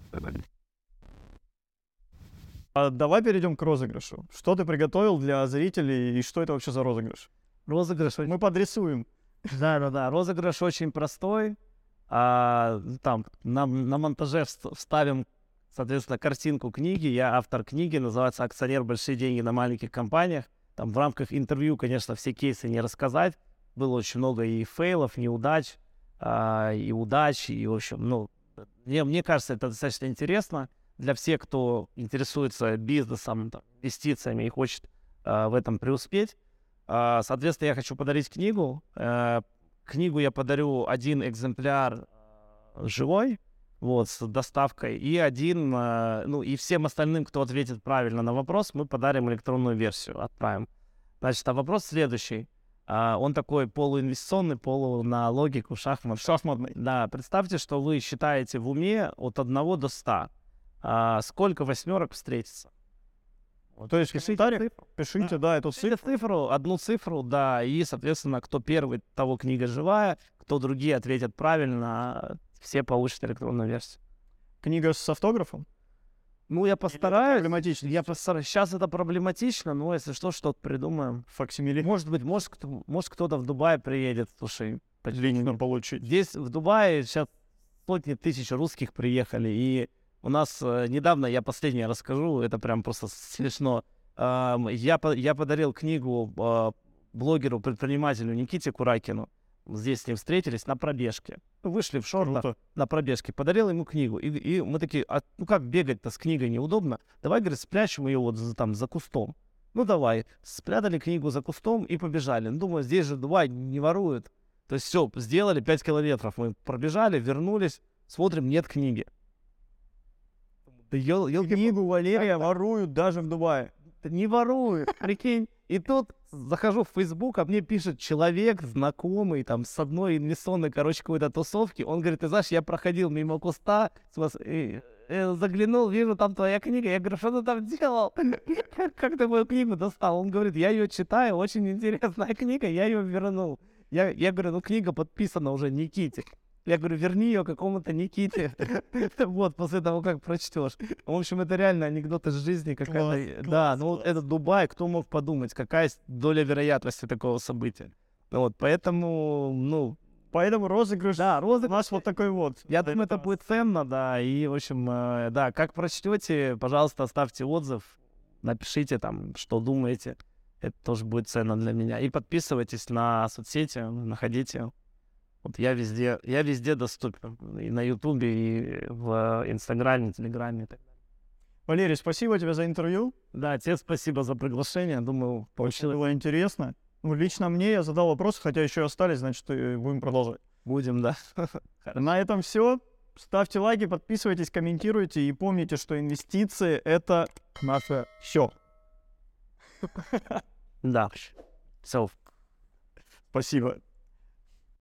B: А давай перейдем к розыгрышу. Что ты приготовил для зрителей и что это вообще за розыгрыш?
A: Розыгрыш.
B: Мы подрисуем.
A: Да, да, да. Розыгрыш очень простой. А, там на, на монтаже вст- вставим, соответственно, картинку книги. Я автор книги, называется «Акционер. Большие деньги на маленьких компаниях». Там в рамках интервью, конечно, все кейсы не рассказать. Было очень много и фейлов, неудач, а, и удач, и, в общем, ну, мне, мне кажется, это достаточно интересно для всех, кто интересуется бизнесом, там, инвестициями и хочет а, в этом преуспеть. А, соответственно, я хочу подарить книгу. Э, Книгу я подарю один экземпляр э, живой, вот, с доставкой, и один, э, ну, и всем остальным, кто ответит правильно на вопрос, мы подарим электронную версию, отправим. Значит, а вопрос следующий. А, он такой полуинвестиционный, полу на логику, шахмат.
B: Шахматный.
A: Да, представьте, что вы считаете в уме от одного до ста. А, сколько восьмерок встретится? Вот,
B: То есть в
A: пишите
B: комментариях
A: цифру.
B: пишите, да, эту
A: Пишите
B: цифру.
A: цифру, одну цифру, да, и, соответственно, кто первый, того книга живая, кто другие ответят правильно, все получат электронную версию.
B: Книга с автографом?
A: Ну, я постараюсь.
B: Проблематично.
A: Я постараюсь. Сейчас это проблематично, но если что, что-то придумаем.
B: Факсимиле.
A: Может быть, может, кто, может кто-то в Дубае приедет, слушай.
B: Лично получить.
A: Здесь, в Дубае, сейчас сотни тысяч русских приехали, и у нас э, недавно, я последнее расскажу, это прям просто смешно. Эм, я, по- я подарил книгу э, блогеру-предпринимателю Никите Куракину. Здесь с ним встретились на пробежке. Вышли в шортах
B: Круто.
A: на пробежке. Подарил ему книгу. И, и мы такие, а, ну как бегать-то с книгой неудобно? Давай, говорит, спрячем ее вот за, там за кустом. Ну давай. Спрятали книгу за кустом и побежали. Ну, думаю, здесь же Дубай не воруют. То есть все, сделали пять километров. Мы пробежали, вернулись, смотрим, нет книги. Да ел, ел,
B: Книгу Валерия воруют даже в Дубае.
A: не воруют, прикинь. И тут захожу в Facebook, а мне пишет человек, знакомый, там, с одной инвестиционной, короче, какой-то тусовки. Он говорит, ты знаешь, я проходил мимо куста, с вас- и, э, заглянул, вижу, там твоя книга. Я говорю, что ты там делал? Как ты мою книгу достал? Он говорит, я ее читаю, очень интересная книга, я ее вернул. Я, я говорю, ну книга подписана уже Никите. Я говорю, верни ее какому-то Никите. Вот, после того, как прочтешь. В общем, это реально анекдот из жизни какая-то.
B: Класс,
A: Да,
B: класс,
A: ну вот
B: класс.
A: это Дубай, кто мог подумать, какая с- доля вероятности такого события. Вот, поэтому, ну,
B: Поэтому розыгрыш
A: да,
B: у
A: розыгрыш.
B: нас вот такой вот.
A: Я
B: На
A: думаю,
B: этот
A: это
B: раз.
A: будет ценно, да. И, в общем, э, да, как прочтете, пожалуйста, оставьте отзыв, напишите там, что думаете. Это тоже будет ценно для меня. И подписывайтесь на соцсети, находите. Вот я везде, я везде доступен. И на Ютубе, и в Инстаграме, Телеграме. и так далее.
B: Валерий, спасибо тебе за интервью.
A: Да, тебе спасибо за приглашение. Думаю,
B: Очень
A: получилось.
B: было интересно. Ну, лично мне я задал вопросы, хотя еще остались, значит, и будем продолжать.
A: Будем, да.
B: На этом все. Ставьте лайки, подписывайтесь, комментируйте и помните, что инвестиции — это наше все.
A: Да. Все.
B: Спасибо.